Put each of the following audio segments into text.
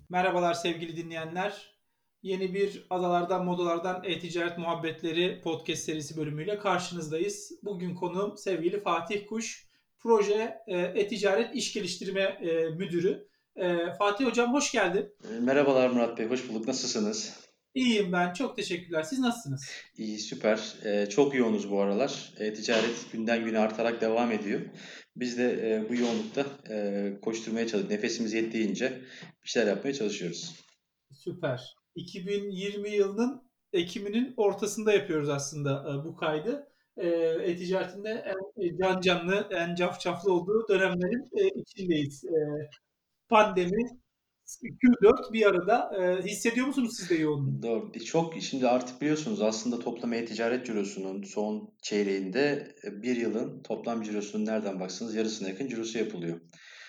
Merhabalar sevgili dinleyenler. Yeni bir Adalardan Modalardan E-Ticaret Muhabbetleri podcast serisi bölümüyle karşınızdayız. Bugün konuğum sevgili Fatih Kuş, proje E-Ticaret İş Geliştirme Müdürü. Fatih Hocam hoş geldin. Merhabalar Murat Bey, hoş bulduk. Nasılsınız? İyiyim ben, çok teşekkürler. Siz nasılsınız? İyi, süper. Çok yoğunuz bu aralar. Ticaret günden güne artarak devam ediyor. Biz de bu yoğunlukta koşturmaya çalışıyoruz. Nefesimiz yettiğince bir şeyler yapmaya çalışıyoruz. Süper. 2020 yılının Ekim'inin ortasında yapıyoruz aslında bu kaydı. E-ticaretinde en can canlı, en cafcaflı olduğu dönemlerin içindeyiz. Pandemi, Q4 bir arada. Hissediyor musunuz siz de yoğunluğu? Doğru. Çok şimdi artık biliyorsunuz aslında toplam ticaret cirosunun son çeyreğinde bir yılın toplam cirosunun nereden baksanız yarısına yakın cirosu yapılıyor.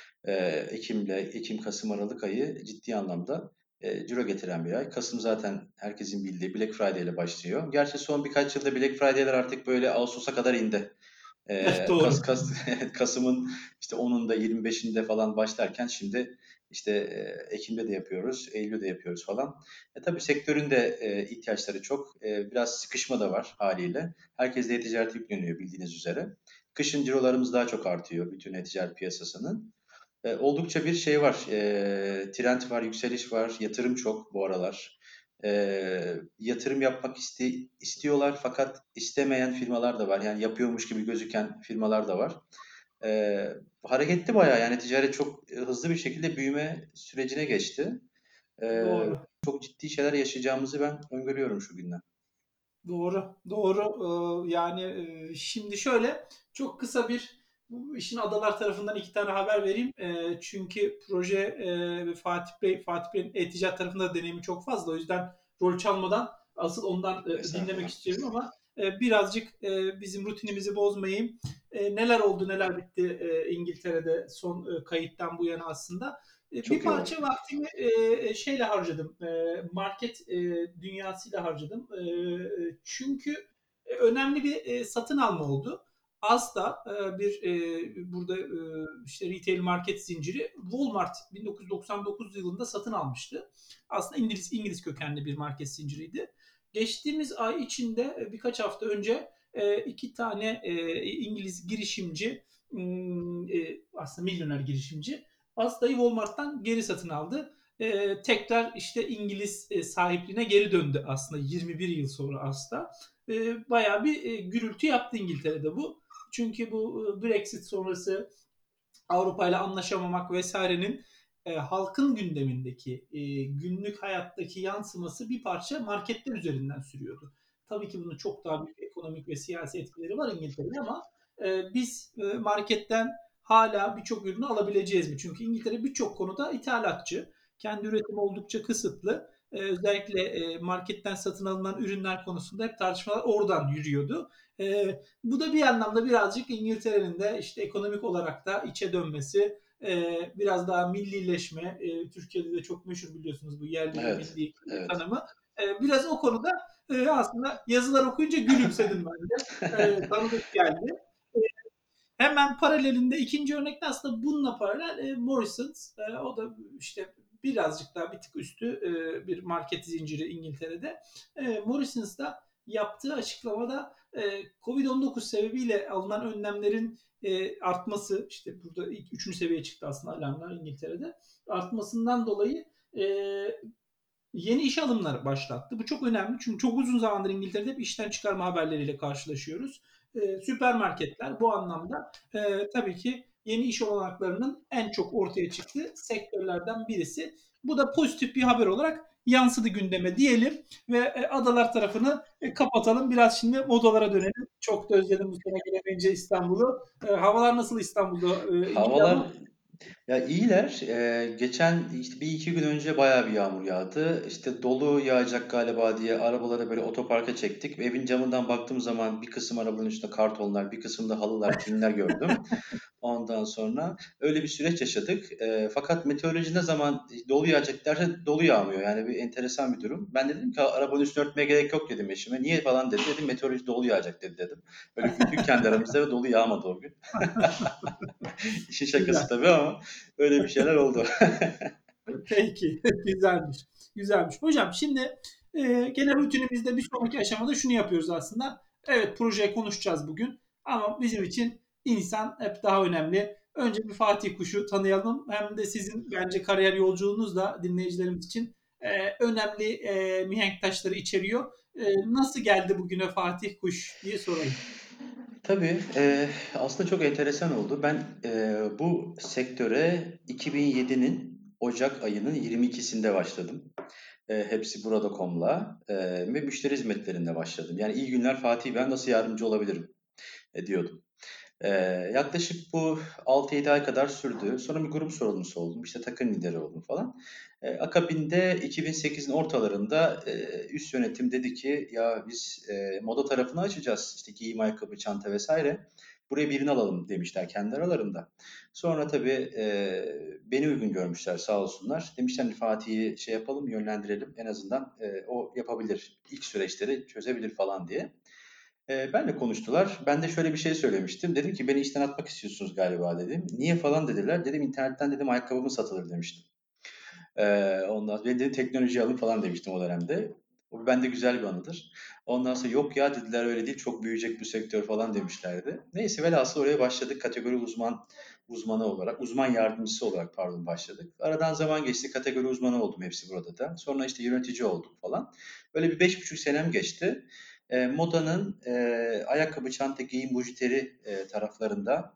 Ekim, Kasım, Aralık ayı ciddi anlamda ciro getiren bir ay. Kasım zaten herkesin bildiği Black Friday ile başlıyor. Gerçi son birkaç yılda Black Friday'ler artık böyle Ağustos'a kadar indi. Doğru. Kasım'ın işte 10'unda 25'inde falan başlarken şimdi işte Ekim'de de yapıyoruz, Eylül'de de yapıyoruz falan. Tabii sektörün de ihtiyaçları çok. Biraz sıkışma da var haliyle. Herkes de e-ticaret yükleniyor bildiğiniz üzere. Kışın cirolarımız daha çok artıyor bütün e-ticaret piyasasının. Oldukça bir şey var, trend var, yükseliş var, yatırım çok bu aralar. Yatırım yapmak istiyorlar fakat istemeyen firmalar da var. Yani yapıyormuş gibi gözüken firmalar da var. Hareketli bayağı yani ticaret çok hızlı bir şekilde büyüme sürecine geçti. Eee, Doğru. Çok ciddi şeyler yaşayacağımızı ben öngörüyorum şu günden. Doğru. Doğru. Yani şimdi şöyle çok kısa bir bu işin adalar tarafından iki tane haber vereyim. Çünkü proje ve Fatih Bey'in e-ticaret tarafında da deneyimi çok fazla. O yüzden rol çalmadan asıl ondan dinlemek Estağfurullah. istiyorum ama birazcık bizim rutinimizi bozmayayım. Neler oldu, neler bitti İngiltere'de son kayıttan bu yana aslında. Bir Çok iyi oldu. parça vaktimi şeyle harcadım. Market dünyasıyla harcadım. Çünkü önemli bir satın alma oldu. Asda bir burada işte retail market zinciri Walmart 1999 yılında satın almıştı. Aslında İngiliz kökenli bir market zinciriydi. Geçtiğimiz ay içinde birkaç hafta önce iki tane İngiliz girişimci aslında milyoner girişimci Asda'yı Walmart'tan geri satın aldı. Tekrar işte İngiliz sahipliğine geri döndü aslında 21 yıl sonra Asda. Bayağı bir gürültü yaptı İngiltere'de bu. Çünkü bu Brexit sonrası Avrupa ile anlaşamamak vesairenin halkın gündemindeki, günlük hayattaki yansıması bir parça marketler üzerinden sürüyordu. Tabii ki bunun çok daha büyük ekonomik ve siyasi etkileri var İngiltere'de ama biz marketten hala birçok ürünü alabileceğiz mi? Çünkü İngiltere birçok konuda ithalatçı. Kendi üretimi oldukça kısıtlı. Özellikle marketten satın alınan ürünler konusunda hep tartışmalar oradan yürüyordu. Bu da bir anlamda birazcık İngiltere'nin de işte ekonomik olarak da içe dönmesi, biraz daha millileşme, Türkiye'de de çok meşhur biliyorsunuz bu yerli ve Evet, milli evet. tanımı. Biraz o konuda aslında yazılar okuyunca gülümsedim ben de. Tanıdık geldi. E, Hemen paralelinde ikinci örnekte aslında bununla paralel Morrisons. O da işte birazcık daha bir tık üstü bir market zinciri İngiltere'de. Morrisons da yaptığı açıklamada Covid-19 sebebiyle alınan önlemlerin artması, işte burada ilk üçüncü seviyeye çıktı aslında alarmlar İngiltere'de, artmasından dolayı e, yeni iş alımları başlattı. Bu çok önemli çünkü çok uzun zamandır İngiltere'de hep işten çıkarma haberleriyle karşılaşıyoruz. Süpermarketler bu anlamda tabii ki yeni iş olanaklarının en çok ortaya çıktığı sektörlerden birisi. Bu da pozitif bir haber olarak yansıdı gündeme diyelim ve adalar tarafını kapatalım. Biraz şimdi modalara dönelim. Çok da özledim bu sene gelemeyince İstanbul'u. Havalar nasıl İstanbul'da? İyi Havalar ama ya iyiler. Geçen işte bir iki gün önce bayağı bir yağmur yağdı. İşte dolu yağacak galiba diye arabaları böyle otoparka çektik. Evin camından baktığım zaman bir kısım arabanın üstünde kartonlar, bir kısımda halılar, kilimler gördüm. Ondan sonra öyle bir süreç yaşadık. Fakat meteoroloji ne zaman dolu yağacak derse dolu yağmıyor. Yani bir enteresan bir durum. Ben dedim ki arabanın üstünü örtmeye gerek yok dedim eşime. Niye falan dedi. Dedim meteoroloji dolu yağacak dedi dedim. Böyle güldük kendi aramızda ve dolu yağmadı o gün. İşin şakası güzel. tabii ama öyle bir şeyler oldu. Peki, güzelmiş. Güzelmiş. Hocam şimdi genel rutinimizde bir sonraki aşamada şunu yapıyoruz aslında. Evet, projeyi konuşacağız bugün ama bizim için insan hep daha önemli. Önce bir Fatih Kuş'u tanıyalım. Hem de sizin bence kariyer yolculuğunuz da dinleyicilerimiz için önemli mihenk taşları içeriyor. Nasıl geldi bugüne Fatih Kuş diye sorayım. Tabii, aslında çok enteresan oldu. Ben bu sektöre 2007'nin Ocak ayının 22'sinde başladım. Hepsi burada.com'la ve müşteri hizmetlerinde başladım. Yani iyi günler Fatih, ben nasıl yardımcı olabilirim diyordum. Ee, Yaklaşık bu 6-7 ay kadar sürdü. Sonra bir grup sorumlusu oldum. İşte takım lideri oldum falan. Akabinde 2008'in ortalarında üst yönetim dedi ki ya biz moda tarafını açacağız. İşte giyim, ayakkabı, çanta vesaire. Buraya birini alalım demişler kendi aralarında. Sonra tabii beni uygun görmüşler sağ olsunlar. Demişler hani Fatih'i şey yapalım, yönlendirelim. En azından o yapabilir. İlk süreçleri çözebilir falan diye. Benle konuştular. Ben de şöyle bir şey söylemiştim. Dedim ki beni işten atmak istiyorsunuz galiba dedim. Niye falan dediler. Dedim internetten dedim ayakkabımı satılır demiştim. Ondan sonra ben dedim teknoloji alın falan demiştim o dönemde. O bende güzel bir anıdır. Ondan sonra yok ya dediler öyle değil çok büyüyecek bu sektör falan demişlerdi. Neyse velhasıl oraya başladık. Kategori uzmanı olarak, uzman yardımcısı olarak pardon başladık. Aradan zaman geçti. Kategori uzmanı oldum hepsi burada da. Sonra işte yönetici olduk falan. Böyle bir 5,5 senem geçti. Modanın ayakkabı, çanta, giyim, bujiteri taraflarında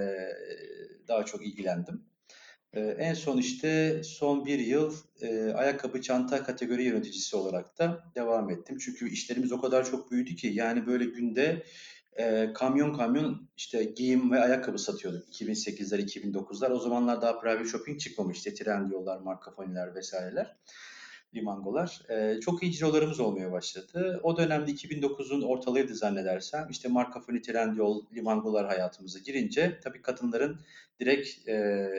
daha çok ilgilendim. En son işte son bir yıl ayakkabı, çanta kategori yöneticisi olarak da devam ettim. Çünkü işlerimiz o kadar çok büyüdü ki yani böyle günde kamyon kamyon işte giyim ve ayakkabı satıyorduk. 2008'ler, 2009'lar. O zamanlar daha private shopping çıkmamıştı. Trendyol'lar, Marka Polo'lar vesaireler. Limangolar. Çok iyi cirolarımız olmaya başladı. O dönemde 2009'un ortalığıydı zannedersem. İşte Marka Polo, Trendyol, Limangolar hayatımıza girince tabii kadınların direkt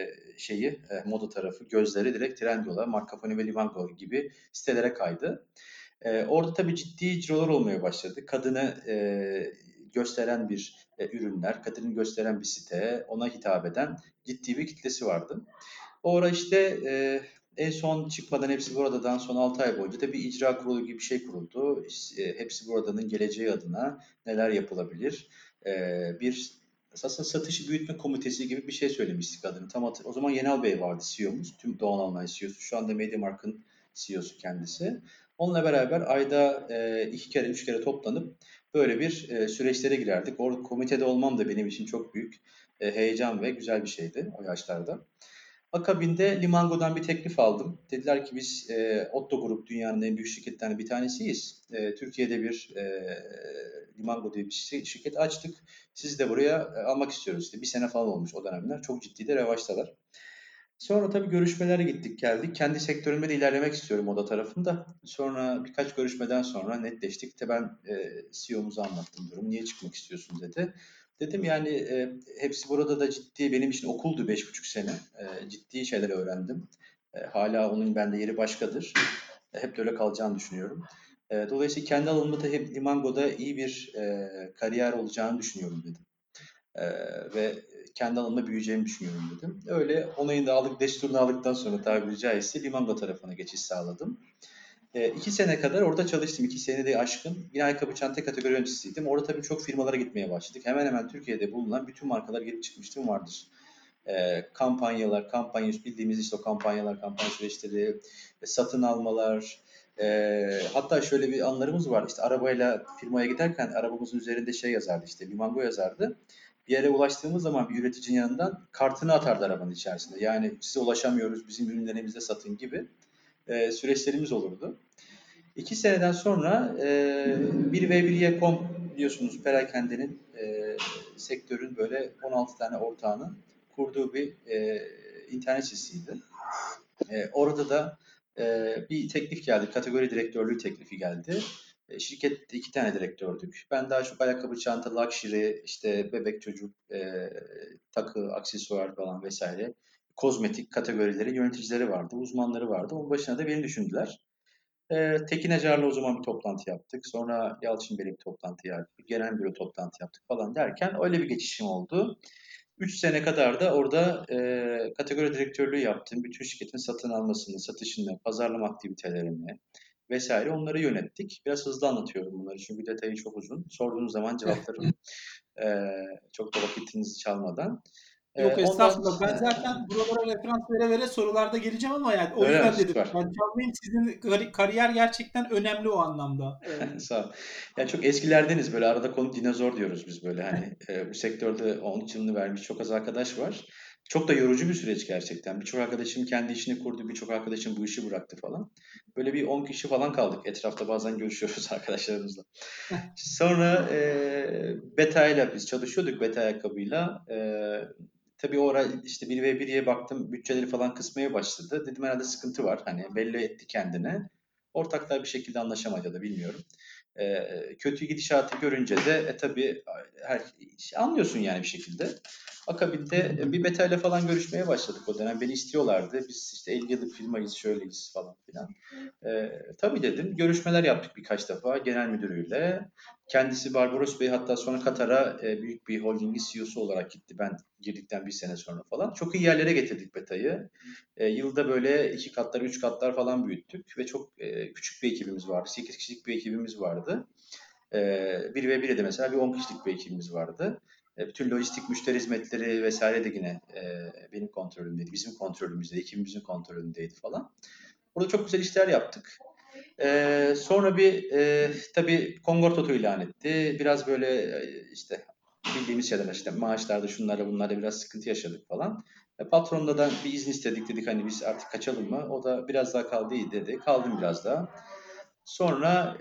moda tarafı, gözleri direkt Trendyol'a, Marka Polo ve Limango gibi sitelere kaydı. Orada tabii ciddi cirolar olmaya başladı. Kadını gösteren ürünler, kadını gösteren bir site, ona hitap eden ciddi bir kitlesi vardı. O ara işte en son çıkmadan hepsi buradan son 6 ay boyunca da bir icra kurulu gibi bir şey kuruldu. Hepsi buradanın geleceği adına neler yapılabilir? Bir aslında satış büyütme komitesi gibi bir şey söylemiştik adını. O zaman Yenal Bey vardı CEO'muz. Tüm Doğan Almanya CEO'su. Şu anda MediaMarkt'ın CEO'su kendisi. Onunla beraber ayda 2 kere 3 kere toplanıp böyle bir süreçlere girerdik. Orada komitede olmam da benim için çok büyük heyecan ve güzel bir şeydi o yaşlarda. Akabinde Limango'dan bir teklif aldım. Dediler ki biz Otto Group dünyanın en büyük şirketlerinden bir tanesiyiz. Türkiye'de bir Limango diye bir şirket açtık. Sizi de buraya almak istiyoruz. İşte bir sene falan olmuş o dönemler. Çok ciddi de revaçtalar. Sonra tabii görüşmelere gittik geldik. Kendi sektörümde de ilerlemek istiyorum oda tarafında. Sonra birkaç görüşmeden sonra netleştik. İşte ben CEO'muza anlattım durumu. Niye çıkmak istiyorsun dedi. Dedim yani hepsi burada da ciddi benim için okuldu 5,5 sene. Ciddi şeyler öğrendim. Hala onun bende yeri başkadır. Hep de öyle kalacağını düşünüyorum. Dolayısıyla kendi alanımda da hep Limango'da iyi bir kariyer olacağını düşünüyorum dedim. Ve kendi alanımda büyüyeceğimi düşünüyorum dedim. Öyle onayını da aldık, desturunu aldıktan sonra tabiri caizse Limango tarafına geçiş sağladım. 2 sene kadar orada çalıştım. 2 sene de aşkın. Yine ayakkabı çanta kategori yöneticisiydim. Orada tabii çok firmalara gitmeye başladık. Hemen hemen Türkiye'de bulunan bütün markalar gelip çıkmıştım vardır. Kampanya bildiğimiz işte o kampanya süreçleri, satın almalar. Hatta şöyle bir anlarımız var. İşte arabayla firmaya giderken arabamızın üzerinde şey yazardı işte Limango yazardı. Bir yere ulaştığımız zaman bir üreticinin yanından kartını atardı arabanın içerisinde. Yani size ulaşamıyoruz, bizim ürünlerimizi satın gibi süreçlerimiz olurdu. 2 seneden sonra bir ve 1.com biliyorsunuz perakendenin sektörün böyle 16 tane ortağının kurduğu bir internet sitesiydi. Orada da bir teklif geldi. Kategori direktörlüğü teklifi geldi. Şirkette 2 tane direktördük. Ben daha çok ayakkabı, çanta, luxury, işte bebek çocuk, takı, aksesuar falan vesaire. Kozmetik kategorileri, yöneticileri vardı, uzmanları vardı. Onun başına da beni düşündüler. Tekin Acar'la o zaman bir toplantı yaptık. Sonra Yalçın Bey'le bir toplantı yaptık. Genel müdürle toplantı yaptık falan derken öyle bir geçişim oldu. 3 sene kadar da orada kategori direktörlüğü yaptım. Bütün şirketin satın almasını, satışını, pazarlama aktivitelerini vesaire onları yönettik. Biraz hızlı anlatıyorum bunları çünkü detayı çok uzun. Sorduğunuz zaman cevaplarım. Çok da vakitinizi çalmadan. Yok Ondan estağfurullah. Ben zaten buralara referans vere vere sorularda geleceğim ama yani o öyle mi? yüzden dedim. Süper. Ben çalmayayım. Sizin kariyer gerçekten önemli o anlamda. Sağ ol. Ya çok eskilerdeniz böyle arada konu dinozor diyoruz biz böyle hani bu sektörde 10 yılını vermiş çok az arkadaş var. Çok da yorucu bir süreç gerçekten. Birçok arkadaşım kendi işini kurdu, birçok arkadaşım bu işi bıraktı falan. Böyle bir 10 kişi falan kaldık. Etrafta bazen görüşüyoruz arkadaşlarımızla. Sonra Beta ile biz çalışıyorduk Beta ayakkabıyla. Tabii o ara işte 1v1'ye baktım bütçeleri falan kısmaya başladı. Dedim herhalde sıkıntı var. Hani belli etti kendine. Ortaklar bir şekilde anlaşamadı ya da bilmiyorum. Kötü gidişatı görünce de tabii her anlıyorsun yani bir şekilde. Akabinde bir Beta ile falan görüşmeye başladık o dönem. Beni istiyorlardı. Biz işte 50 yıllık firmayız, şöyleyiz falan filan. Tabii dedim. Görüşmeler yaptık birkaç defa genel müdürüyle. Kendisi Barbaros Bey hatta sonra Katar'a büyük bir holdingin CEO'su olarak gitti. Ben girdikten bir sene sonra falan. Çok iyi yerlere getirdik Beta'yı. Yılda böyle 2 katlar, 3 katlar falan büyüttük ve çok küçük bir ekibimiz vardı. 8 kişilik bir ekibimiz vardı. 1v1'de mesela bir 10 kişilik bir ekibimiz vardı. Bütün lojistik müşteri hizmetleri vesaire de yine benim kontrolümdeydi. Bizim kontrolümüzdeydi, ekibimizin kontrolündeydi falan. Orada çok güzel işler yaptık. Sonra bir tabii Kongortoto ilan etti. Biraz böyle işte bildiğimiz şeyler işte maaşlarda şunlarla bunlarla biraz sıkıntı yaşadık falan. Patronla da bir izin istedik dedik hani biz artık kaçalım mı? O da biraz daha kaldı iyi dedi. Kaldım biraz daha. Sonra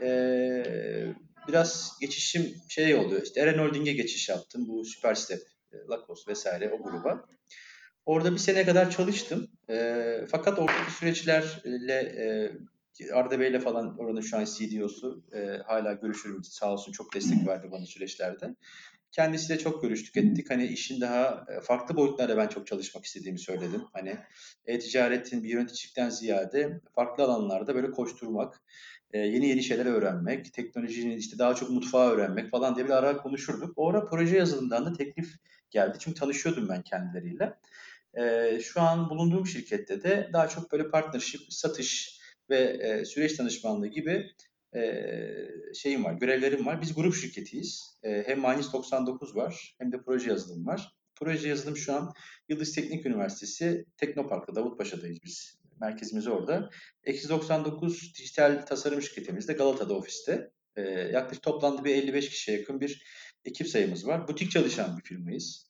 biraz geçişim şey oldu. İşte Eren Holding'e geçiş yaptım. Bu Superstep, Lacoste vesaire o gruba. Orada bir sene kadar çalıştım. Fakat oradaki süreçlerle Arda Bey'le falan oranın şu an CDO'su hala görüşürüm. Sağ olsun çok destek verdi bana süreçlerde. Kendisiyle çok görüştük ettik. Hani işin daha farklı boyutlarda ben çok çalışmak istediğimi söyledim. Hani e-ticaretin bir yöneticilikten ziyade farklı alanlarda böyle koşturmak, yeni yeni şeyler öğrenmek, teknolojinin işte daha çok mutfağı öğrenmek falan diye bir ara konuşurduk. O ara proje yazılımından da teklif geldi. Çünkü tanışıyordum ben kendileriyle. Şu an bulunduğum şirkette de daha çok böyle partnership, satış ve süreç danışmanlığı gibi şeyim var, görevlerim var. Biz grup şirketiyiz. Hem Mühendis 99 var hem de proje yazılım var. Proje yazılım şu an Yıldız Teknik Üniversitesi Teknopark'ta, Davutpaşa'dayız biz. Merkezimiz orada. Eksi 99 dijital tasarım şirketimiz de Galata'da ofiste. Yaklaşık toplamda bir 55 kişiye yakın bir ekip sayımız var. Butik çalışan bir firmayız.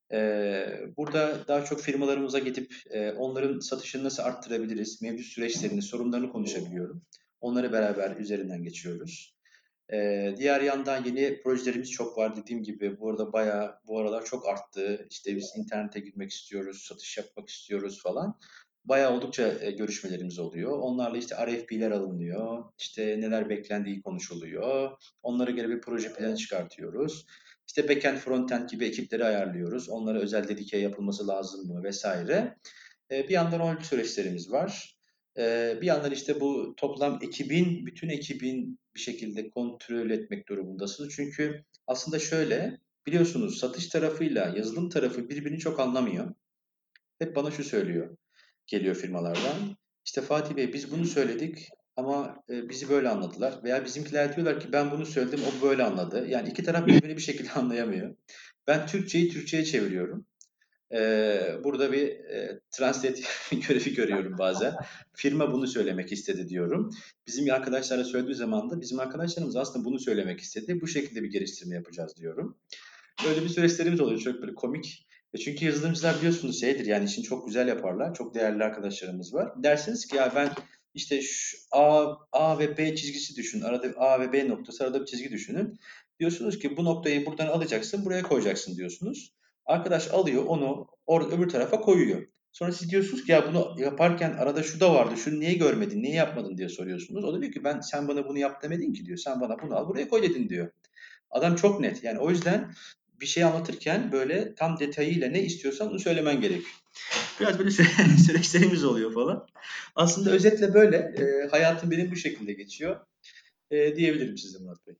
Burada daha çok firmalarımıza gidip onların satışını nasıl arttırabiliriz, mevcut süreçlerini, sorunlarını konuşabiliyorum. Onları beraber üzerinden geçiyoruz. Diğer yandan yeni projelerimiz çok var dediğim gibi. Bu arada bayağı bu aralar çok arttı. İşte biz internete girmek istiyoruz, satış yapmak istiyoruz falan. Bayağı oldukça görüşmelerimiz oluyor. Onlarla işte RFP'ler alınıyor. İşte neler beklendiği konuşuluyor. Onlara göre bir proje planı çıkartıyoruz. İşte backend, frontend gibi ekipleri ayarlıyoruz. Onlara özel dedike yapılması lazım mı vesaire. Bir yandan o süreçlerimiz var. Bir yandan işte bu toplam ekibin, bütün ekibin bir şekilde kontrol etmek durumundasınız. Çünkü aslında şöyle, biliyorsunuz satış tarafıyla yazılım tarafı birbirini çok anlamıyor. Hep bana şu söylüyor, geliyor firmalardan. İşte Fatih Bey biz bunu söyledik ama bizi böyle anladılar. Veya bizimkiler diyorlar ki ben bunu söyledim o böyle anladı. Yani iki taraf birbirini bir şekilde anlayamıyor. Ben Türkçeyi Türkçe'ye çeviriyorum. Burada bir translate görevi görüyorum bazen. Firma bunu söylemek istedi diyorum. Bizim arkadaşlara söylediği zaman da bizim arkadaşlarımız aslında bunu söylemek istedi. Bu şekilde bir geliştirme yapacağız diyorum. Böyle bir süreçlerimiz oluyor. Çok böyle komik. Çünkü yazılımcılar biliyorsunuz şeydir yani işini çok güzel yaparlar. Çok değerli arkadaşlarımız var. Dersiniz ki ya ben işte şu A ve B çizgisi düşün. Arada A ve B noktası arada bir çizgi düşünün. Diyorsunuz ki bu noktayı buradan alacaksın buraya koyacaksın diyorsunuz. Arkadaş alıyor onu orada öbür tarafa koyuyor. Sonra siz diyorsunuz ki ya bunu yaparken arada şu da vardı. Şunu niye görmedin, niye yapmadın diye soruyorsunuz. O da diyor ki ben sen bana bunu yap demedin ki diyor. Sen bana bunu al buraya koy dedin diyor. Adam çok net. Yani o yüzden bir şey anlatırken böyle tam detayıyla ne istiyorsan onu söylemen gerekiyor. Biraz böyle süreçlerimiz oluyor falan. Aslında özetle böyle. Hayatım benim bu şekilde geçiyor. Diyebilirim size Murat Bey.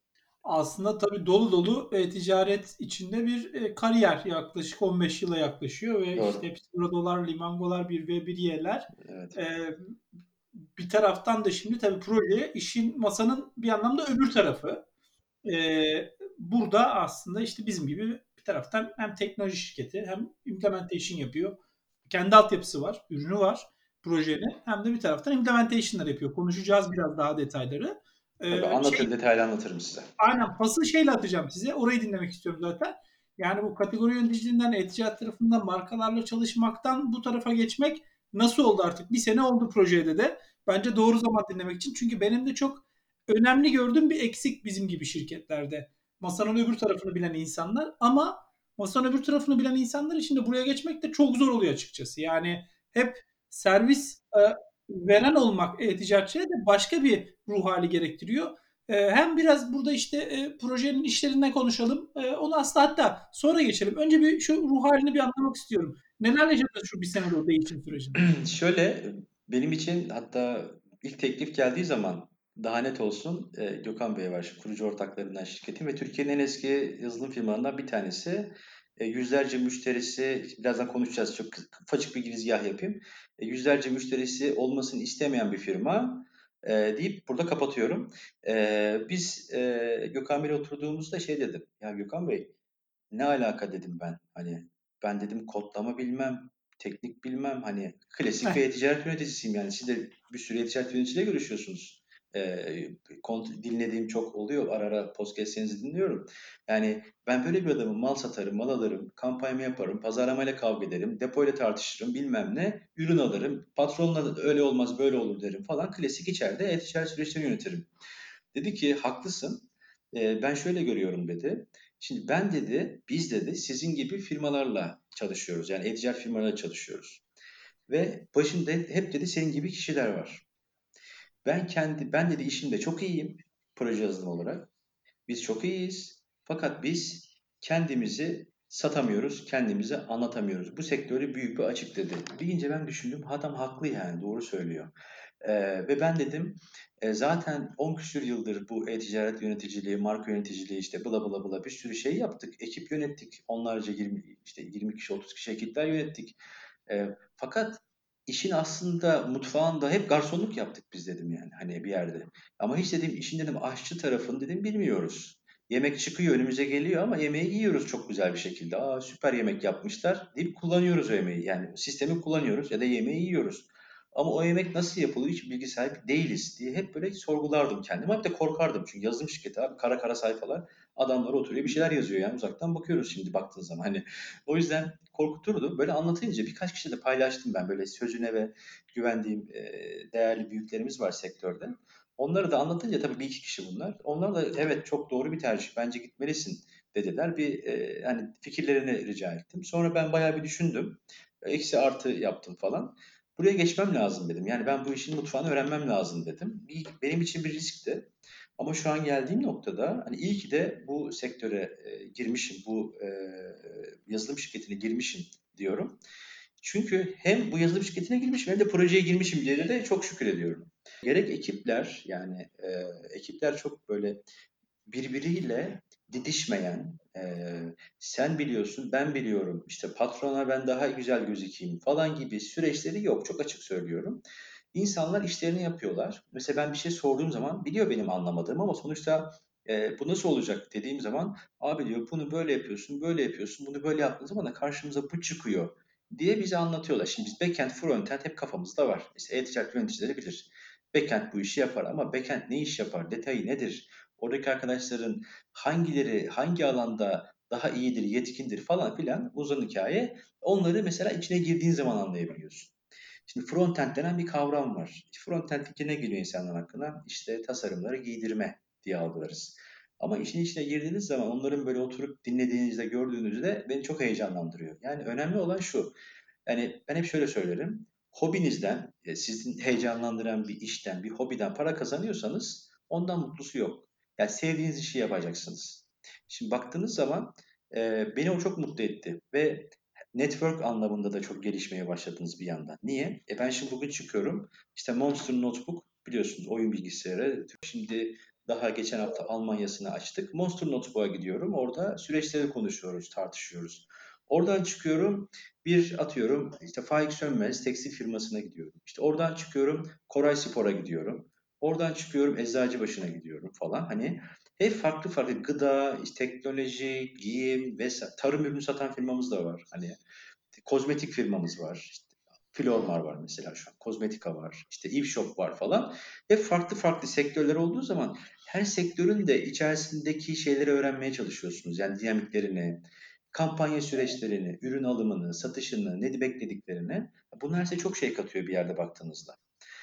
Aslında tabii dolu dolu ticaret içinde bir kariyer, yaklaşık 15 yıla yaklaşıyor ve işte Doğru. Pseudo'lar, Limango'lar, 1v1'ler. Evet. E, Bir taraftan da şimdi tabii proje işin masanın bir anlamda öbür tarafı. Burada aslında işte bizim gibi bir taraftan hem teknoloji şirketi hem implementation yapıyor. Kendi altyapısı var, ürünü var projenin. Hem de bir taraftan implementation'lar yapıyor. Konuşacağız biraz daha detayları. Tabii Şey, anlatırım, detaylı anlatırım size. aynen pası şeyle atacağım size. Orayı dinlemek istiyorum zaten. Yani bu kategori yöneticiliğinden, e-ticaret tarafından markalarla çalışmaktan bu tarafa geçmek nasıl oldu artık? Bir sene oldu projede de. Bence doğru zaman dinlemek için. Çünkü benim de çok önemli gördüğüm bir eksik bizim gibi şirketlerde. Masanın öbür tarafını bilen insanlar, ama masanın öbür tarafını bilen insanlar için de buraya geçmek de çok zor oluyor açıkçası. Yani hep servis veren olmak e-ticaretçiye de başka bir ruh hali gerektiriyor. Hem biraz burada işte projenin işlerinden konuşalım. Onu aslında hatta sonra geçelim. Önce bir şu ruh halini bir anlamak istiyorum. Neler yaşadın şu bir senede o değişim sürecinde? Şöyle, benim için hatta ilk teklif geldiği zaman daha net olsun, Gökhan Bey var, kurucu ortaklarından şirketin ve Türkiye'nin en eski yazılım firmalarından bir tanesi. Yüzlerce müşterisi, birazdan konuşacağız, çok ufacık bir girizgah yapayım. Yüzlerce müşterisi olmasını istemeyen bir firma deyip burada kapatıyorum. Biz Gökhan Bey'le oturduğumuzda şey dedim, ya Gökhan Bey, ne alaka dedim ben. Hani ben dedim kodlama bilmem, teknik bilmem. Hani klasik bir e-ticaret yöneticisiyim yani. Siz de bir sürü e-ticaret yöneticisiyle görüşüyorsunuz. Dinlediğim çok oluyor. Ara ara podcastlerinizi dinliyorum. Yani ben böyle bir adamım. Mal satarım, mal alırım, kampanyamı yaparım, pazarlamayla kavga ederim, depoyla tartışırım, bilmem ne, ürün alırım. Patronla da öyle olmaz, böyle olur derim falan. Klasik içeride e-ticaret süreçlerini yönetirim. Dedi ki haklısın. Ben şöyle görüyorum dedi. Şimdi ben dedi, biz dedi sizin gibi firmalarla çalışıyoruz. Yani e-ticaret firmalarla çalışıyoruz. Ve başında hep dedi senin gibi kişiler var. Ben dedi işimde çok iyiyim proje yazılımı olarak. Biz çok iyiyiz. Fakat biz kendimizi satamıyoruz, kendimizi anlatamıyoruz. Bu sektörde büyük bir açık dedi. Deyince ben düşündüm, adam haklı yani, doğru söylüyor. Ve ben dedim, zaten 10 küsur yıldır bu e-ticaret yöneticiliği, marka yöneticiliği işte bla bla bla bir sürü şey yaptık. Ekip yönettik. Onlarca 20 işte 20 kişi 30 kişi ekipler yönettik. Fakat işin aslında mutfağında hep garsonluk yaptık biz dedim yani hani bir yerde. Ama hiç dedim işin dedim aşçı tarafını dedim bilmiyoruz. Yemek çıkıyor önümüze geliyor ama yemeği yiyoruz çok güzel bir şekilde. Aa süper yemek yapmışlar deyip kullanıyoruz o yemeği. Yani sistemi kullanıyoruz ya da yemeği yiyoruz. Ama o yemek nasıl yapılıyor hiç bilgi sahibi değiliz diye hep böyle sorgulardım kendime. Hep de korkardım çünkü yazılım şirketi abi kara kara sayfalar adamlar oturuyor bir şeyler yazıyor yani uzaktan bakıyoruz şimdi baktığın zaman. Hani o yüzden korkuturdu. Böyle anlatınca birkaç kişi de paylaştım ben böyle sözüne ve güvendiğim değerli büyüklerimiz var sektörde. Onları da anlatınca tabii bir iki kişi bunlar. Onlar da evet çok doğru bir tercih. Bence gitmelisin dediler. Bir hani fikirlerini rica ettim. Sonra ben bayağı bir düşündüm. Eksi artı yaptım falan. Buraya geçmem lazım dedim. Yani ben bu işin mutfağını öğrenmem lazım dedim. Benim için bir riskti. Ama şu an geldiğim noktada hani iyi ki de bu sektöre girmişim, bu yazılım şirketine girmişim diyorum. Çünkü hem bu yazılım şirketine girmişim hem de projeye girmişim diye de çok şükür ediyorum. Gerek ekipler yani ekipler çok böyle birbiriyle didişmeyen, sen biliyorsun ben biliyorum işte patrona ben daha güzel gözükeyim falan gibi süreçleri yok. Çok açık söylüyorum. İnsanlar işlerini yapıyorlar. Mesela ben bir şey sorduğum zaman biliyor benim anlamadığım ama sonuçta bu nasıl olacak dediğim zaman abi diyor bunu böyle yapıyorsun, böyle yapıyorsun, bunu böyle yaptığın zaman da karşımıza bu çıkıyor diye bize anlatıyorlar. Şimdi biz backend, frontend hep kafamızda var. İşte e-ticaret yöneticileri bilir. Backend bu işi yapar ama backend ne iş yapar, detayı nedir? Oradaki arkadaşların hangileri hangi alanda daha iyidir, yetkindir falan filan uzun hikaye. Onları mesela içine girdiğin zaman anlayabiliyorsun. Şimdi frontend denen bir kavram var. Frontend fikri ne geliyor insanların aklına? İşte tasarımları giydirme diye algılarız. Ama işin içine girdiğiniz zaman onların böyle oturup dinlediğinizde, gördüğünüzde beni çok heyecanlandırıyor. Yani önemli olan şu. Yani ben hep şöyle söylerim. Hobinizden, sizin heyecanlandıran bir işten, bir hobiden para kazanıyorsanız ondan mutlusu yok. Yani sevdiğiniz işi yapacaksınız. Şimdi baktığınız zaman beni o çok mutlu etti ve network anlamında da çok gelişmeye başladınız bir yandan. Niye? Ben şimdi bugün çıkıyorum. İşte Monster Notebook biliyorsunuz oyun bilgisayarı. Şimdi Daha geçen hafta Almanya'sını açtık. Monster Notebook'a gidiyorum. Orada süreçleri konuşuyoruz, tartışıyoruz. Oradan çıkıyorum, bir atıyorum işte Faik Sönmez tekstil firmasına gidiyorum. İşte oradan çıkıyorum Koray Spor'a gidiyorum. Oradan çıkıyorum Eczacıbaşı'na gidiyorum falan. Hani hep farklı farklı gıda, işte teknoloji, giyim vesaire. Tarım ürünü satan firmamız da var. Hani kozmetik firmamız var. İşte Flormar var mesela şu an. Kozmetika var. İşte Eve Shop var falan. Hep farklı farklı sektörler olduğu zaman her sektörün de içerisindeki şeyleri öğrenmeye çalışıyorsunuz. Yani dinamiklerini, kampanya süreçlerini, ürün alımını, satışını, ne beklediklerini. Bunlar size çok şey katıyor bir yerde baktığınızda.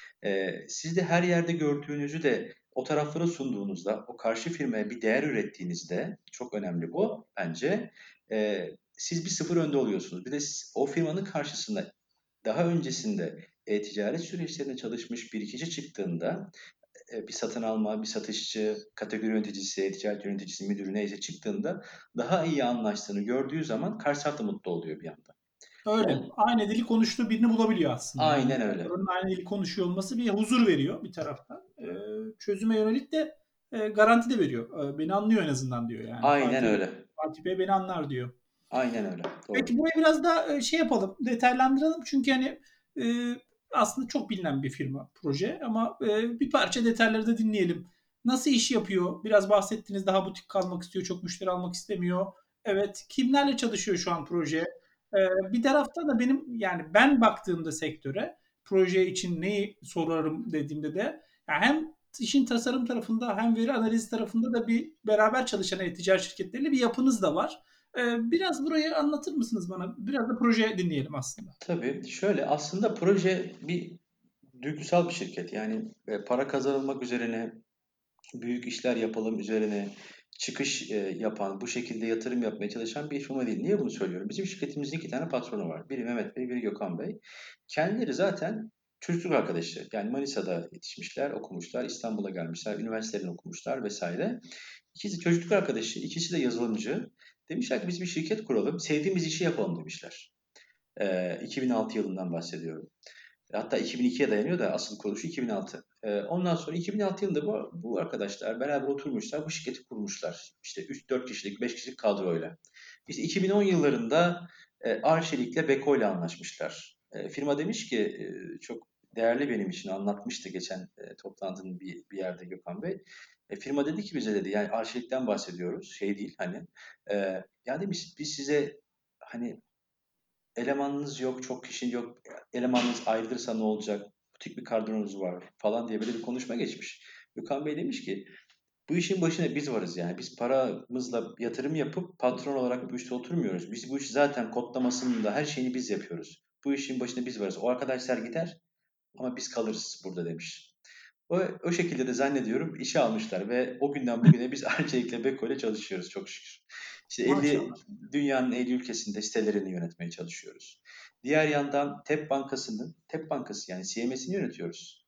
Siz de her yerde gördüğünüzü de o taraflara sunduğunuzda, o karşı firmaya bir değer ürettiğinizde, çok önemli bu bence, siz bir sıfır önde oluyorsunuz. Bir de o firmanın karşısında daha öncesinde e-ticaret süreçlerinde çalışmış bir kişi çıktığında, bir satın alma, bir satışçı, kategori yöneticisi, e-ticaret yöneticisi, müdürü neyse çıktığında daha iyi anlaştığını gördüğü zaman karşı taraf da mutlu oluyor bir anda. Öyle. On, Aynı dili konuştuğu birini bulabiliyor aslında. Yani aynen öyle. oranın aynı dili konuşuyor olması bir huzur veriyor bir taraftan. Çözüme yönelik de garanti de veriyor. Beni anlıyor en azından diyor yani. Aynen öyle. Fatih Bey beni anlar diyor. Aynen öyle. Doğru. Peki burayı biraz da şey yapalım, detaylandıralım. Çünkü hani e, aslında çok bilinen bir firma, proje ama bir parça detayları da dinleyelim. Nasıl iş yapıyor? Biraz bahsettiniz, daha butik kalmak istiyor, çok müşteri almak istemiyor. Evet, kimlerle çalışıyor şu an proje? Bir tarafta da benim yani ben baktığımda sektöre proje için neyi sorarım dediğimde de yani hem işin tasarım tarafında hem veri analizi tarafında da bir beraber çalışan e-ticaret şirketleriyle bir yapınız da var. Biraz burayı anlatır mısınız bana? Biraz da proje dinleyelim aslında. Tabii şöyle aslında proje bir duygusal bir şirket. Yani para kazanılmak üzerine büyük işler yapalım üzerine çıkış yapan, bu şekilde yatırım yapmaya çalışan bir firma değil. Niye bunu söylüyorum? Bizim şirketimizin iki tane patronu var. Biri Mehmet Bey, biri Gökhan Bey. Kendileri zaten çocukluk arkadaşı. Yani Manisa'da yetişmişler, okumuşlar, İstanbul'a gelmişler, üniversitelerini okumuşlar vesaire. İkisi çocukluk arkadaşı, ikisi de yazılımcı. Demişler ki biz bir şirket kuralım, sevdiğimiz işi yapalım demişler. 2006 yılından bahsediyorum. Hatta 2002'ye dayanıyor da asıl kuruluşu 2006. Ondan sonra 2006 yılında bu arkadaşlar beraber oturmuşlar, bu şirketi kurmuşlar. İşte 3-4 kişilik, 5 kişilik kadroyla. İşte 2010 yıllarında Arçelik'le Beko'yla anlaşmışlar. Firma demiş ki çok değerli benim için anlatmıştı geçen toplantının bir yerde Gökhan Bey. Firma dedi ki bize dedi yani Arçelik'ten bahsediyoruz şey değil hani e, ya demiş biz size hani elemanınız yok, çok kişi yok, elemanınız ayrılırsa ne olacak, butik bir kadronuz var falan diye böyle bir konuşma geçmiş. Gökhan Bey demiş ki bu işin başına biz varız yani. Biz paramızla yatırım yapıp patron olarak bu işte oturmuyoruz. Biz bu işi zaten kodlamasını da her şeyini biz yapıyoruz. Bu işin başında biz varız. O arkadaşlar gider ama biz kalırız burada demiş. O şekilde de zannediyorum işe almışlar ve o günden bugüne biz Arçelik'le Beko ile çalışıyoruz çok şükür. İşte Maşallah. dünyanın 50 ülkesinde sitelerini yönetmeye çalışıyoruz. Diğer yandan TEP Bankası yani CMS'ini yönetiyoruz.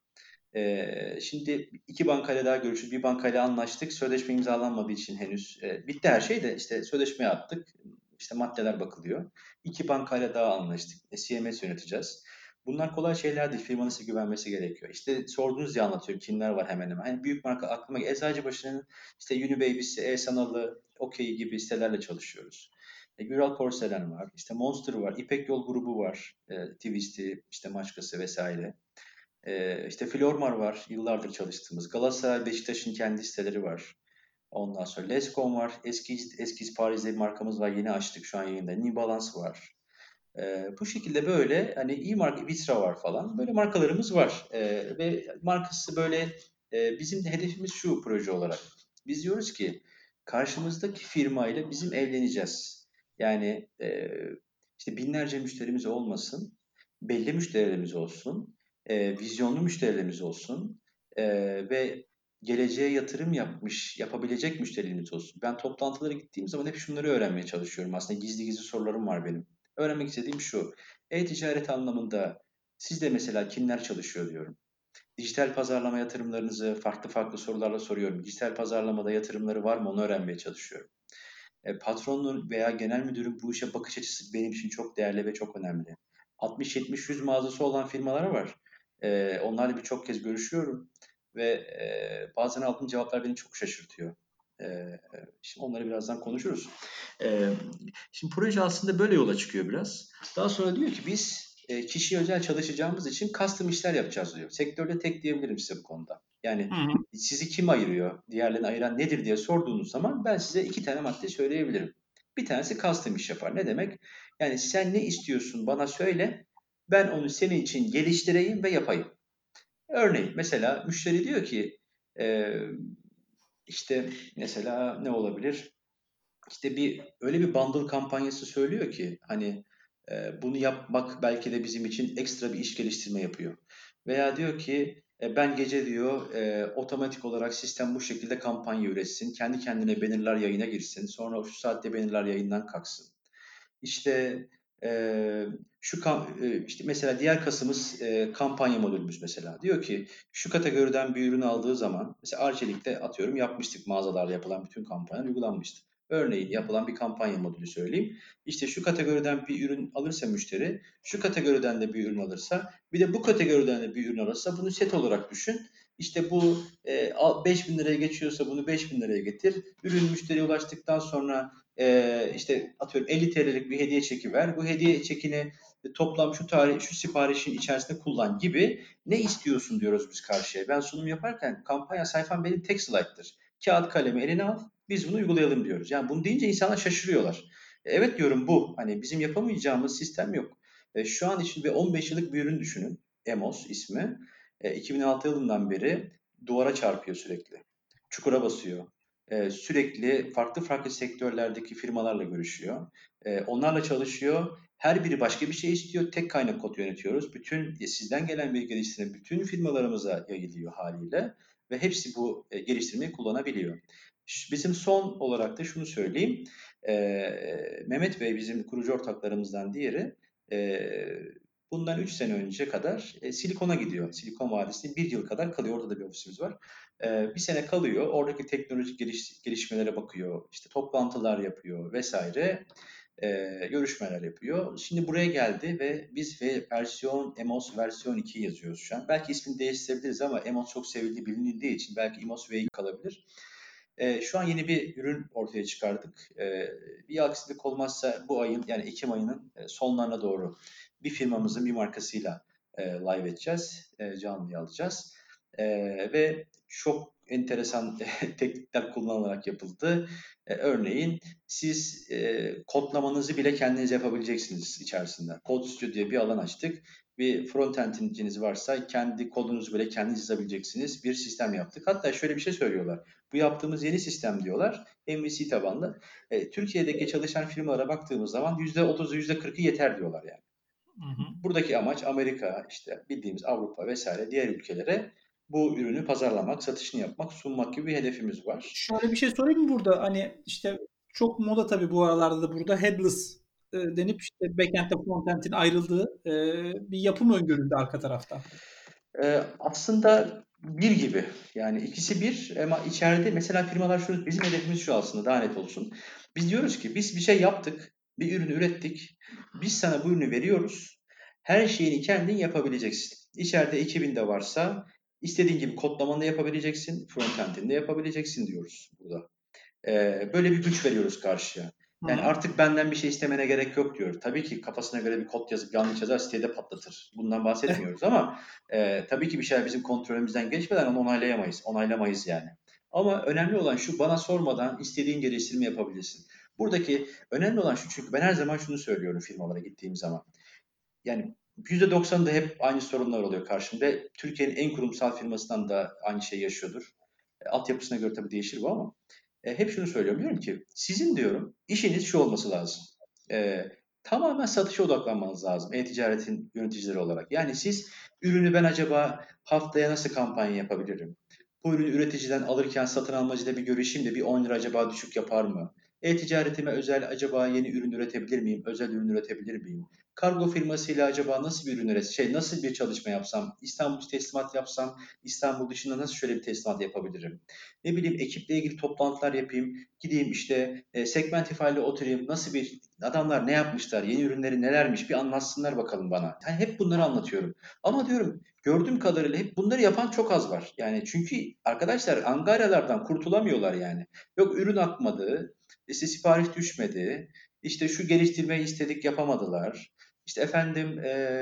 Şimdi iki bankayla daha görüştük. Bir bankayla anlaştık. Sözleşme imzalanmadığı için henüz. Bitti her şey de işte sözleşmeye attık. İşte maddeler bakılıyor. İki bankayla daha anlaştık. CMS yöneteceğiz. Bunlar kolay şeyler değil. Firmanın size güvenmesi gerekiyor. İşte sorduğunuz diye anlatıyorum. Kimler var hemen hemen. Hani büyük marka aklıma Eczacıbaşı'nın işte Unibaby'si, E-Sanalı, Okey gibi sitelerle çalışıyoruz. Güral Porselen var. İşte Monster var. İpek Yol grubu var. Twisti, işte Maçkası vesaire. İşte Flormar var, yıllardır çalıştığımız. Galatasaray, Beşiktaş'ın kendi siteleri var. Ondan sonra Lescom var. Eskiz Paris'te bir markamız var. Yeni açtık şu an yayında. New Balance var. Bu şekilde böyle hani iyi marka Vitra var falan. Böyle markalarımız var. Ve markası böyle bizim de hedefimiz şu proje olarak. Biz diyoruz ki karşımızdaki firmayla bizim evleneceğiz. Yani işte binlerce müşterimiz olmasın. Belli müşterilerimiz olsun. Vizyonlu müşterilerimiz olsun. Ve geleceğe yatırım yapabilecek müşterilerimiz olsun. Ben toplantılara gittiğim zaman hep şunları öğrenmeye çalışıyorum. Aslında gizli gizli sorularım var benim. Öğrenmek istediğim şu. E-ticaret anlamında sizde mesela kimler çalışıyor diyorum. Dijital pazarlama yatırımlarınızı farklı farklı sorularla soruyorum. Dijital pazarlamada yatırımları var mı onu öğrenmeye çalışıyorum. Patronun veya genel müdürün bu işe bakış açısı benim için çok değerli ve çok önemli. 60-70-100 mağazası olan firmalar var. Onlarla birçok kez görüşüyorum. ve bazen aldığım cevaplar beni çok şaşırtıyor. E, Şimdi onları birazdan konuşuruz. E, Şimdi proje aslında böyle yola çıkıyor biraz. Daha sonra diyor ki biz kişiye özel çalışacağımız için custom işler yapacağız diyor. Sektörde tek diyebilirim size bu konuda. Yani Hı hı. sizi kim ayırıyor, diğerlerini ayıran nedir diye sorduğunuz zaman ben size iki tane madde söyleyebilirim. Bir tanesi custom iş yapar. Ne demek? Yani sen ne istiyorsun bana söyle, ben onu senin için geliştireyim ve yapayım. Örneğin mesela müşteri diyor ki e, işte mesela ne olabilir? İşte öyle bir bundle kampanyası söylüyor ki hani bunu yapmak belki de bizim için ekstra bir iş geliştirme yapıyor. Veya diyor ki ben gece diyor otomatik olarak sistem bu şekilde kampanya üretsin. Kendi kendine bannerlar yayına girsin. Sonra şu saatte bannerlar yayından kalksın. İşte işte mesela diğer kasımız kampanya modülümüz mesela. Diyor ki şu kategoriden bir ürünü aldığı zaman mesela Arçelik'te atıyorum yapmıştık mağazalarda yapılan bütün kampanyalar uygulanmıştı. Örneğin yapılan bir kampanya modülü söyleyeyim. İşte şu kategoriden bir ürün alırsa müşteri, şu kategoriden de bir ürün alırsa, bir de bu kategoriden de bir ürün alırsa bunu set olarak düşün. İşte bu 5.000 liraya geçiyorsa bunu 5.000 liraya getir. Ürün müşteriye ulaştıktan sonra işte atıyorum 50 TL'lik bir hediye çeki ver. Bu hediye çekini toplam şu tarih, şu siparişin içerisinde kullan gibi ne istiyorsun diyoruz biz karşıya. Ben sunum yaparken kampanya sayfam benim tek slayttır. Kağıt kalemi eline al, biz bunu uygulayalım diyoruz. Yani bunu deyince insanlar şaşırıyorlar. Evet diyorum bu. Hani bizim yapamayacağımız sistem yok. Şu an için bir 15 yıllık bir ürün düşünün. Emos ismi. 2006 yılından beri duvara çarpıyor sürekli. Çukura basıyor. Sürekli farklı farklı sektörlerdeki firmalarla görüşüyor. Onlarla çalışıyor. Her biri başka bir şey istiyor. Tek kaynak kod yönetiyoruz. Bütün sizden gelen bilgi geliştirme bütün firmalarımıza yayılıyor haliyle ve hepsi bu geliştirmeyi kullanabiliyor. Bizim son olarak da şunu söyleyeyim. Mehmet Bey bizim kurucu ortaklarımızdan diğeri. Bundan 3 sene önce kadar Silikon'a gidiyor. Silikon Vadisi'nde bir yıl kadar kalıyor. Orada da bir ofisimiz var. Bir sene kalıyor. Oradaki teknolojik gelişmelere bakıyor. İşte toplantılar yapıyor vesaire. Görüşmeler yapıyor. Şimdi buraya geldi ve biz Emos versiyon 2 yazıyoruz şu an. Belki ismini değiştirebiliriz ama Emos çok sevildiği bilinildiği için belki Emos V kalabilir. Şu an yeni bir ürün ortaya çıkardık. Bir aksilik olmazsa bu ayın yani Ekim ayının sonlarına doğru bir firmamızın bir markasıyla live edeceğiz. Canlıya alacağız. Ve çok enteresan teknikler kullanılarak yapıldı. Örneğin siz kodlamanızı bile kendiniz yapabileceksiniz içerisinde. Code Studio diye bir alan açtık. Bir front-end'iniz varsa kendi kodunuzu bile kendiniz yazabileceksiniz. Bir sistem yaptık. Hatta şöyle bir şey söylüyorlar. Bu yaptığımız yeni sistem diyorlar. MVC tabanlı. Türkiye'deki çalışan firmalara baktığımız zaman %30'u %40'ı yeter diyorlar yani. Hı hı. Buradaki amaç Amerika, işte bildiğimiz Avrupa vesaire diğer ülkelere bu ürünü pazarlamak, satışını yapmak, sunmak gibi bir hedefimiz var. Şöyle bir şey sorayım mı burada? Hani işte çok moda tabii bu aralarda da burada headless denip işte backend ile frontend'in ayrıldığı bir yapım öngörüldü arka tarafta. Aslında bir gibi. Yani ikisi bir ama içeride mesela firmalar şu, bizim hedefimiz şu aslında daha net olsun. Biz diyoruz ki biz bir şey yaptık, bir ürün ürettik. Biz sana bu ürünü veriyoruz. Her şeyini kendin yapabileceksin. İçeride ekibin de varsa istediğin gibi kodlamanı da yapabileceksin, frontend'ini de yapabileceksin diyoruz burada. Böyle bir güç veriyoruz karşıya. Hı Yani hı. artık benden bir şey istemene gerek yok diyor. Tabii ki kafasına göre bir kod yazıp yanlış yazar sitede patlatır. Bundan bahsetmiyoruz ama tabii ki bir şeyler bizim kontrolümüzden geçmeden onu onaylayamayız. Onaylamayız yani. Ama önemli olan şu bana sormadan istediğin geliştirme yapabilirsin. Buradaki önemli olan şu çünkü ben her zaman şunu söylüyorum firmalara gittiğim zaman. Yani %90'da hep aynı sorunlar oluyor karşımda. Türkiye'nin en kurumsal firmasından da aynı şey yaşıyordur. Altyapısına göre tabii değişir bu ama hep şunu söylüyorum. Diyorum ki sizin diyorum işiniz şu olması lazım. E, Tamamen satışa odaklanmanız lazım e-ticaretin yöneticileri olarak. Yani siz ürünü ben acaba haftaya nasıl kampanya yapabilirim? Bu ürünü üreticiden alırken satın almacıyla bir görüşeyim de bir 10 lira acaba düşük yapar mı? E-ticaretime özel acaba yeni ürün üretebilir miyim? Özel ürün üretebilir miyim? Kargo firmasıyla acaba nasıl bir ürün nasıl bir çalışma yapsam? İstanbul teslimat yapsam, İstanbul dışında nasıl şöyle bir teslimat yapabilirim? Ne bileyim ekiple ilgili toplantılar yapayım. Gideyim işte Segmentify ile oturayım. Nasıl bir adamlar ne yapmışlar? Yeni ürünleri nelermiş? Bir anlatsınlar bakalım bana. Yani hep bunları anlatıyorum. Ama diyorum gördüğüm kadarıyla hep bunları yapan çok az var. Yani çünkü arkadaşlar angaryalardan kurtulamıyorlar yani. Yok ürün akmadı, işte sipariş düşmedi, işte şu geliştirmeyi istedik yapamadılar. İşte efendim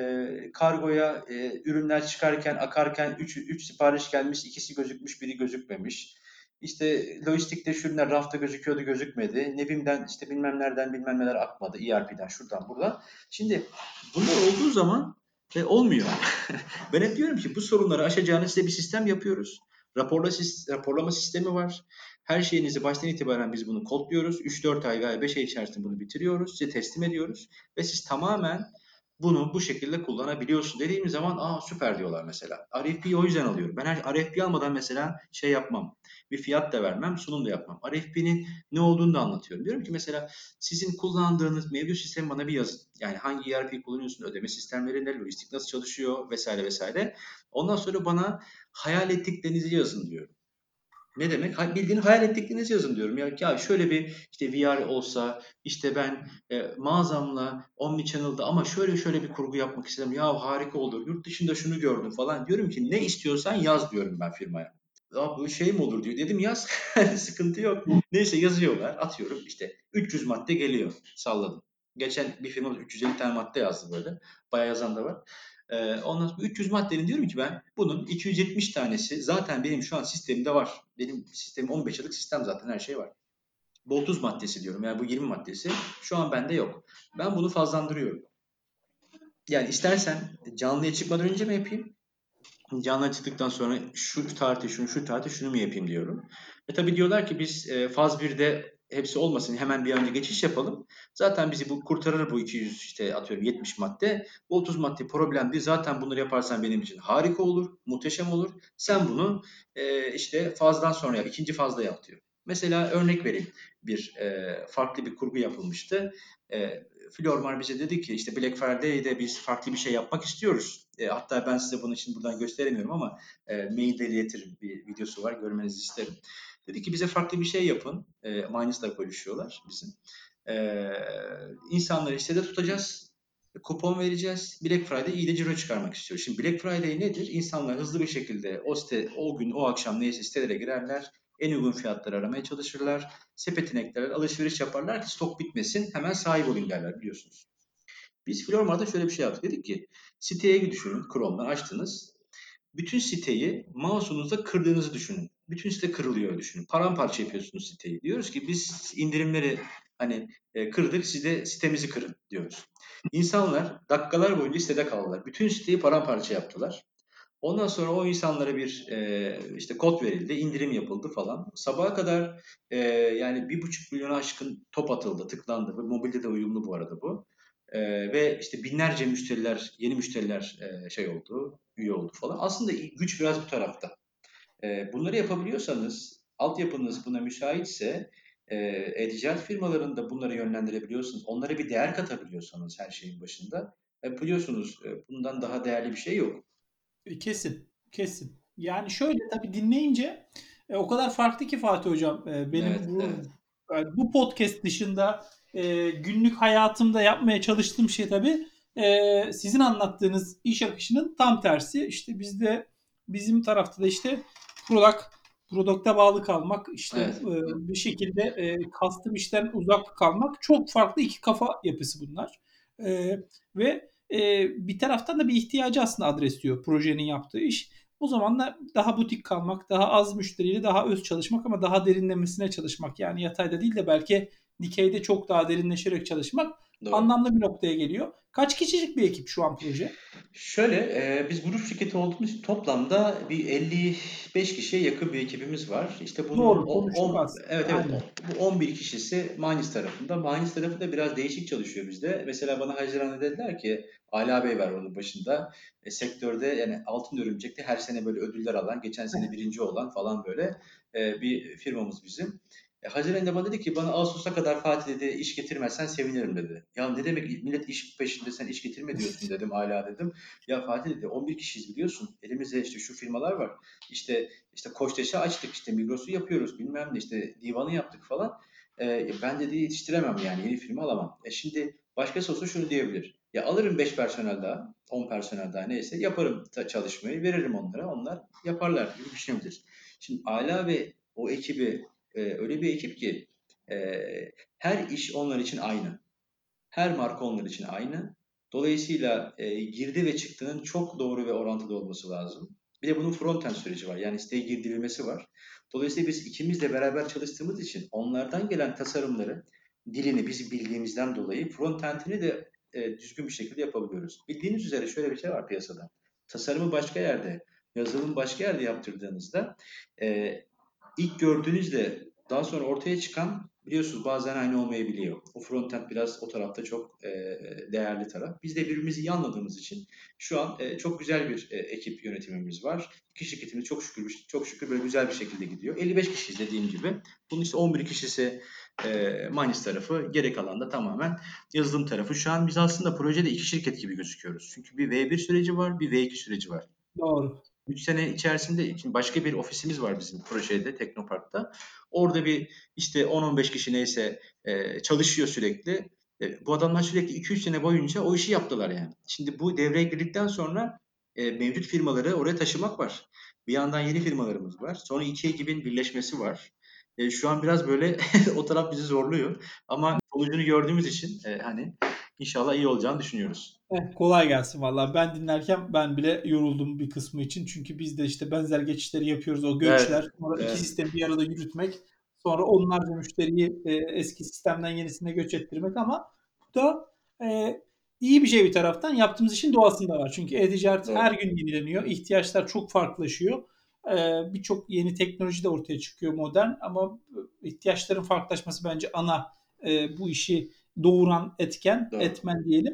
kargoya ürünler çıkarken akarken 3 sipariş gelmiş, ikisi gözükmüş, biri gözükmemiş. İşte lojistikte şu ürünler rafta gözüküyordu gözükmedi. Nebim'den işte bilmem nereden bilmem neler akmadı. ERP'den şuradan buradan. Şimdi bunlar olduğu zaman olmuyor. Ben hep diyorum ki bu sorunları aşacağınız size bir sistem yapıyoruz. Raporlama sistemi var. Her şeyinizi baştan itibaren biz bunu kodluyoruz. 3-4 ay veya 5 ay içerisinde bunu bitiriyoruz. Size teslim ediyoruz. Ve siz tamamen bunu bu şekilde kullanabiliyorsun dediğimiz zaman süper diyorlar mesela. RFP'yi o yüzden alıyorum. Ben RFP almadan mesela şey yapmam. Bir fiyat da vermem, sunum da yapmam. RFP'nin ne olduğunu da anlatıyorum. Diyorum ki mesela sizin kullandığınız mevcut sistemi bana bir yazın. Yani hangi ERP kullanıyorsun, ödeme sistemleri ne, lojistik nasıl çalışıyor vesaire vesaire. Ondan sonra bana hayal ettiklerinizi yazın diyorum. Ne demek? Bildiğin hayal ettiklerinizi yazın diyorum. Ya şöyle bir işte VR olsa, işte ben mağazamla Omnichannel'da ama şöyle şöyle bir kurgu yapmak istedim. Ya harika olur. Yurt dışında şunu gördüm falan. Diyorum ki ne istiyorsan yaz diyorum ben firmaya. Ya bu şey mi olur diyor. Dedim yaz. Sıkıntı yok. Neyse yazıyorlar. Atıyorum işte 300 madde geliyor. Salladım. Geçen bir firma 350 tane madde yazdı böyle. Bayağı yazan da var. Ondan sonra 300 maddenin diyorum ki ben bunun 270 tanesi zaten benim şu an sistemimde var. Benim sistemim 15 yıllık sistem zaten her şey var. Bu 30 maddesi diyorum yani bu 20 maddesi şu an bende yok. Ben bunu fazlandırıyorum. Yani istersen canlıya çıkmadan önce mi yapayım? Canlıya çıktıktan sonra şu tarihte şunu, şu tarihte şunu mu yapayım diyorum. Tabii diyorlar ki biz faz 1'de hepsi olmasın hemen bir önce geçiş yapalım. Zaten bizi bu kurtarır bu 200 işte atıyorum 70 madde. Bu 30 madde problem değil. Zaten bunları yaparsan benim için harika olur, muhteşem olur. Sen bunu işte fazdan sonra yap, ikinci fazda yap diyor. Mesela örnek vereyim. Farklı bir kurgu yapılmıştı. Flormar bize dedi ki işte Black Friday'de biz farklı bir şey yapmak istiyoruz. Hatta ben size bunun için buradan gösteremiyorum ama mailde iletirim bir videosu var görmenizi isterim. Dedi ki bize farklı bir şey yapın. Minus'la konuşuyorlar bizim. E, insanları sitede tutacağız. Kupon vereceğiz. Black Friday iyi de ciro çıkarmak istiyor. Şimdi Black Friday nedir? İnsanlar hızlı bir şekilde o site, o gün, o akşam neyse sitelere girerler. En uygun fiyatları aramaya çalışırlar. Sepetine eklerler, alışveriş yaparlar ki stok bitmesin. Hemen sahip olayım derler biliyorsunuz. Biz Flormar'da şöyle bir şey yaptık. Dedik ki siteye düşünün. Chrome'dan açtınız. Bütün siteyi mouse'unuzla kırdığınızı düşünün. Bütün site kırılıyor düşünün. Paramparça yapıyorsunuz siteyi. Diyoruz ki biz indirimleri hani kırdık siz de sitemizi kırın diyoruz. İnsanlar dakikalar boyunca sitede kaldılar. Bütün siteyi paramparça yaptılar. Ondan sonra o insanlara bir işte kod verildi, indirim yapıldı falan. Sabaha kadar yani 1,5 milyona aşkın top atıldı, tıklandı. Ve mobilde de uyumlu bu arada bu. Ve işte binlerce müşteriler, yeni müşteriler şey oldu, üye oldu falan. Aslında güç biraz bu tarafta. Bunları yapabiliyorsanız, altyapınız buna müsaitse, e-ticaret firmalarında bunları yönlendirebiliyorsunuz. Onlara bir değer katabiliyorsanız her şeyin başında, biliyorsunuz bundan daha değerli bir şey yok. Kesin, kesin. Yani şöyle tabii dinleyince o kadar farklı ki Fatih Hocam. Benim Evet, bu evet. yani bu podcast dışında günlük hayatımda yapmaya çalıştığım şey tabii sizin anlattığınız iş akışının tam tersi. İşte bizde bizim tarafta da işte product, product'a bağlı kalmak, işte Evet. bir şekilde custom işten uzak kalmak çok farklı iki kafa yapısı bunlar. E, ve bir taraftan da bir ihtiyacı aslında adresliyor projenin yaptığı iş. O zaman da daha butik kalmak, daha az müşteriyle daha öz çalışmak ama daha derinlemesine çalışmak. Yani yatayda değil de belki dikeyde çok daha derinleşerek çalışmak Doğru. anlamlı bir noktaya geliyor. Kaç kişilik bir ekip şu an proje? Şöyle, biz grup şirketi olduğumuz için toplamda bir 55 kişiye yakın bir ekibimiz var. İşte bunun Doğru konuştuk evet aslında. evet Aynen. bu 11 kişisi Minds tarafında. Minds tarafı da biraz değişik çalışıyor bizde. Mesela bana Haziran'da dediler ki Ali Bey var onun başında. Sektörde yani Altın Örümcek'te her sene böyle ödüller alan, geçen sene birinci olan falan böyle bir firmamız bizim. Haziran ayında bana dedi ki bana Ağustos'a kadar Fatih dedi iş getirmezsen sevinirim dedi. Ya ne demek millet iş peşinde sen iş getirme diyorsun dedim hala dedim. Ya Fatih dedi 11 kişiyiz biliyorsun. Elimizde işte şu firmalar var. İşte Koçtaş'ı açtık işte Migros'u yapıyoruz bilmem ne işte Divan'ı yaptık falan. Ben dedi yetiştiremem yani yeni firma alamam. Şimdi başkası olsa şunu diyebilir. Ya alırım 5 personel daha, 10 personel daha neyse yaparım çalışmayı veririm onlara. Onlar yaparlar gibi düşünebilir. Şimdi Ala ve o ekibi öyle bir ekip ki her iş onlar için aynı. Her marka onlar için aynı. Dolayısıyla girdi ve çıktının çok doğru ve orantılı olması lazım. Bir de bunun front-end süreci var. Yani siteye girdirilmesi var. Dolayısıyla biz ikimiz de beraber çalıştığımız için onlardan gelen tasarımları, dilini biz bildiğimizden dolayı front-end'ini de düzgün bir şekilde yapabiliyoruz. Bildiğiniz üzere şöyle bir şey var piyasada. Tasarımı başka yerde, yazılımı başka yerde yaptırdığınızda e, ilk gördüğünüzde daha sonra ortaya çıkan biliyorsunuz bazen aynı olmayabiliyor. O frontend biraz o tarafta çok değerli taraf. Biz de birbirimizi iyi anladığımız için şu an çok güzel bir ekip yönetimimiz var. İki şirketimiz çok şükür böyle güzel bir şekilde gidiyor. 55 kişiyiz dediğim gibi. Bunun işte 11 kişisi Manisa tarafı, geri kalan da tamamen yazılım tarafı. Şu an biz aslında projede iki şirket gibi gözüküyoruz. Çünkü bir V1 süreci var, bir V2 süreci var. Doğru. 3 sene içerisinde şimdi başka bir ofisimiz var bizim projede Teknopark'ta. Orada bir işte 10-15 kişi neyse çalışıyor sürekli. Bu adamlar sürekli 2-3 sene boyunca o işi yaptılar yani. Şimdi bu devreye girdikten sonra mevcut firmaları oraya taşımak var. Bir yandan yeni firmalarımız var. Sonra iki ekibin birleşmesi var. Şu an biraz böyle o taraf bizi zorluyor. Ama sonucunu gördüğümüz için hani inşallah iyi olacağını düşünüyoruz. Kolay gelsin valla. Ben dinlerken ben bile yoruldum bir kısmı için. Çünkü biz de işte benzer geçişleri yapıyoruz. O Evet, göçler, sonra iki evet, sistemi bir arada yürütmek, sonra onlarca müşteriyi eski sistemden yenisine göç ettirmek ama bu da e, iyi bir şey bir taraftan. Yaptığımız işin doğasında var. Çünkü e-ticaret her doğru. gün yenileniyor. İhtiyaçlar çok farklılaşıyor. Birçok yeni teknoloji de ortaya çıkıyor modern ama ihtiyaçların farklılaşması bence ana bu işi doğuran etken, Doğru. etmen diyelim.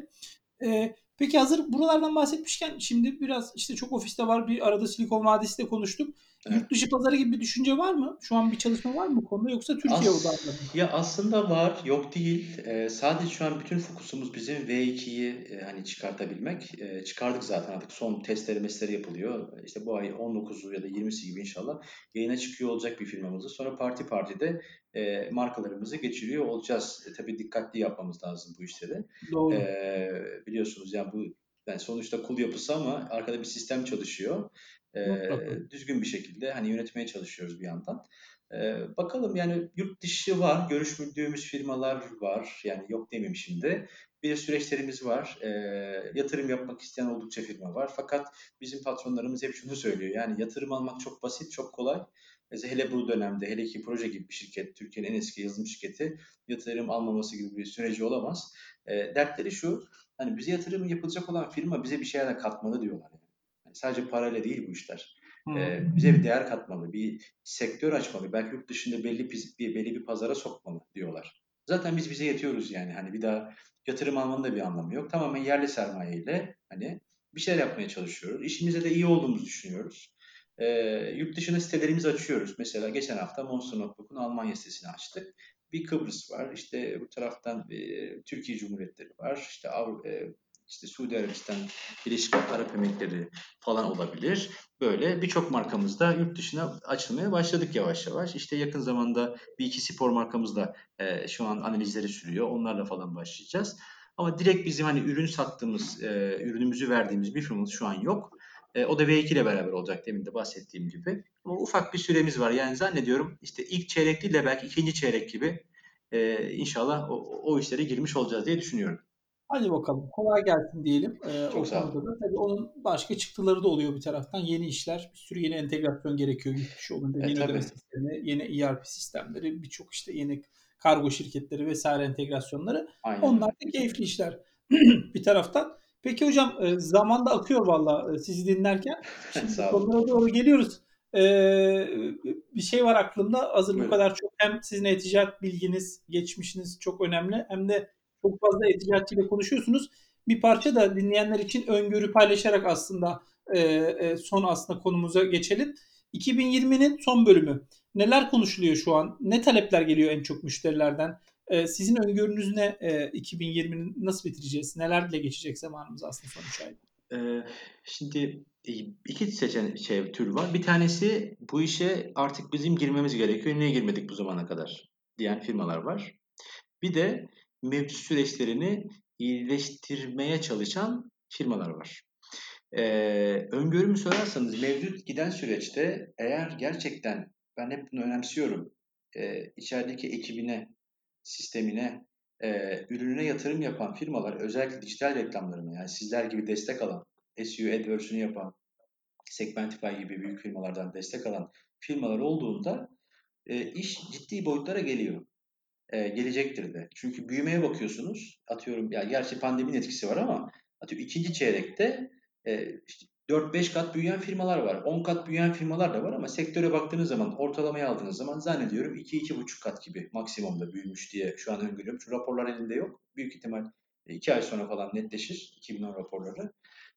Peki hazır buralardan bahsetmişken şimdi biraz işte çok ofiste var bir arada Silikon Vadisi de konuştuk. Evet. Yurt dışı pazarı gibi bir düşünce var mı? Şu an bir çalışma var mı bu konuda yoksa Türkiye odaklı mı? Aslında var, yok değil. Sadece şu an bütün fokusumuz bizim V2'yi hani çıkartabilmek. Çıkardık zaten artık son testleri mesleri yapılıyor. İşte bu ay 19'u ya da 20'si gibi inşallah yayına çıkıyor olacak bir firmamızı. Sonra partide markalarımızı geçiriyor olacağız. Tabii dikkatli yapmamız lazım bu işleri. Doğru. Biliyorsunuz yani bu yani sonuçta kul yapısı ama arkada bir sistem çalışıyor. Mutlaka. Düzgün bir şekilde hani yönetmeye çalışıyoruz bir yandan. Bakalım yani yurt dışı var, görüştüğümüz firmalar var. Yani yok demeyeyim şimdi. Bir süreçlerimiz var. Yatırım yapmak isteyen oldukça firma var. Fakat bizim patronlarımız hep şunu söylüyor. Yani yatırım almak çok basit, çok kolay. Mesela hele bu dönemde, hele ki proje gibi bir şirket, Türkiye'nin en eski yazılım şirketi yatırım almaması gibi bir süreci olamaz. Dertleri şu, hani bize yatırım yapılacak olan firma bize bir şeyler de katmalı diyorlar. Yani sadece parayla değil bu işler. Hı hı. Bize bir değer katmalı, bir sektör açmalı, belki yurt dışında belli bir pazara sokmalı diyorlar. Zaten biz bize yetiyoruz yani. Hani bir daha yatırım almanın da bir anlamı yok. Tamamen yerli sermayeyle hani bir şeyler yapmaya çalışıyoruz. İşimizde de iyi olduğumuzu düşünüyoruz. Yurt dışına sitelerimizi açıyoruz. Mesela geçen hafta Monster.com'un Almanya sitesini açtık. Bir Kıbrıs var. İşte bu taraftan Türkiye Cumhuriyetleri var. İşte Suudi Arabistan, Birleşik Arap Emirlikleri falan olabilir. Böyle birçok markamızda yurt dışına açılmaya başladık yavaş yavaş. İşte yakın zamanda bir iki spor markamız da şu an analizleri sürüyor. Onlarla falan başlayacağız. Ama direkt bizim hani ürün sattığımız, ürünümüzü verdiğimiz bir firmamız şu an yok. O da V2 ile beraber olacak demin de bahsettiğim gibi. Ama ufak bir süremiz var. Yani zannediyorum işte ilk çeyrek değil de belki ikinci çeyrek gibi inşallah o işlere girmiş olacağız diye düşünüyorum. Hadi bakalım. Kolay gelsin diyelim. Çok O sağ konuda olun. da. Tabii onun başka çıktıları da oluyor bir taraftan. Yeni işler, bir sürü yeni entegrasyon gerekiyor yurt dışı olunca. Yeni ödeme Tabii. sistemi, yeni ERP sistemleri, birçok işte yeni kargo şirketleri vesaire entegrasyonları. Aynen Onlar öyle. da keyifli işler bir taraftan. Peki hocam zaman da akıyor valla sizi dinlerken. Şimdi Sağ olun. sonlara doğru geliyoruz. E, Bir şey var aklımda. Hazır bu Buyurun. kadar çok hem sizin e-ticaret bilginiz, geçmişiniz çok önemli hem de çok fazla e-ticaretçiyle konuşuyorsunuz. Bir parça da dinleyenler için öngörü paylaşarak aslında son aslında konumuza geçelim. 2020'nin son bölümü. Neler konuşuluyor şu an? Ne talepler geliyor en çok müşterilerden? Sizin öngörünüz ne? 2020'nin nasıl bitireceğiz? Nelerle geçecek zamanımız aslında son 3 ay? Ee, Şimdi iki tür var. Bir tanesi bu işe artık bizim girmemiz gerekiyor. Niye girmedik bu zamana kadar diyen firmalar var. Bir de mevcut süreçlerini iyileştirmeye çalışan firmalar var. Öngörümü sorarsanız mevcut giden süreçte eğer gerçekten ben hep bunu önemsiyorum. İçerideki ekibine, sistemine, ürününe yatırım yapan firmalar özellikle dijital reklamlarına yani sizler gibi destek alan, SEO, AdWords'unu yapan, Segmentify gibi büyük firmalardan destek alan firmalar olduğunda iş ciddi boyutlara geliyor. Gelecektir de. Çünkü büyümeye bakıyorsunuz. Atıyorum ya gerçi pandeminin etkisi var ama atıyorum ikinci çeyrekte işte 4-5 kat büyüyen firmalar var. 10 kat büyüyen firmalar da var ama sektöre baktığınız zaman ortalamayı aldığınız zaman zannediyorum 2-2,5 kat gibi maksimumda büyümüş diye şu an öngörüyorum. Şu raporlar elinde yok. Büyük ihtimal 2 ay sonra falan netleşir 2010 raporları.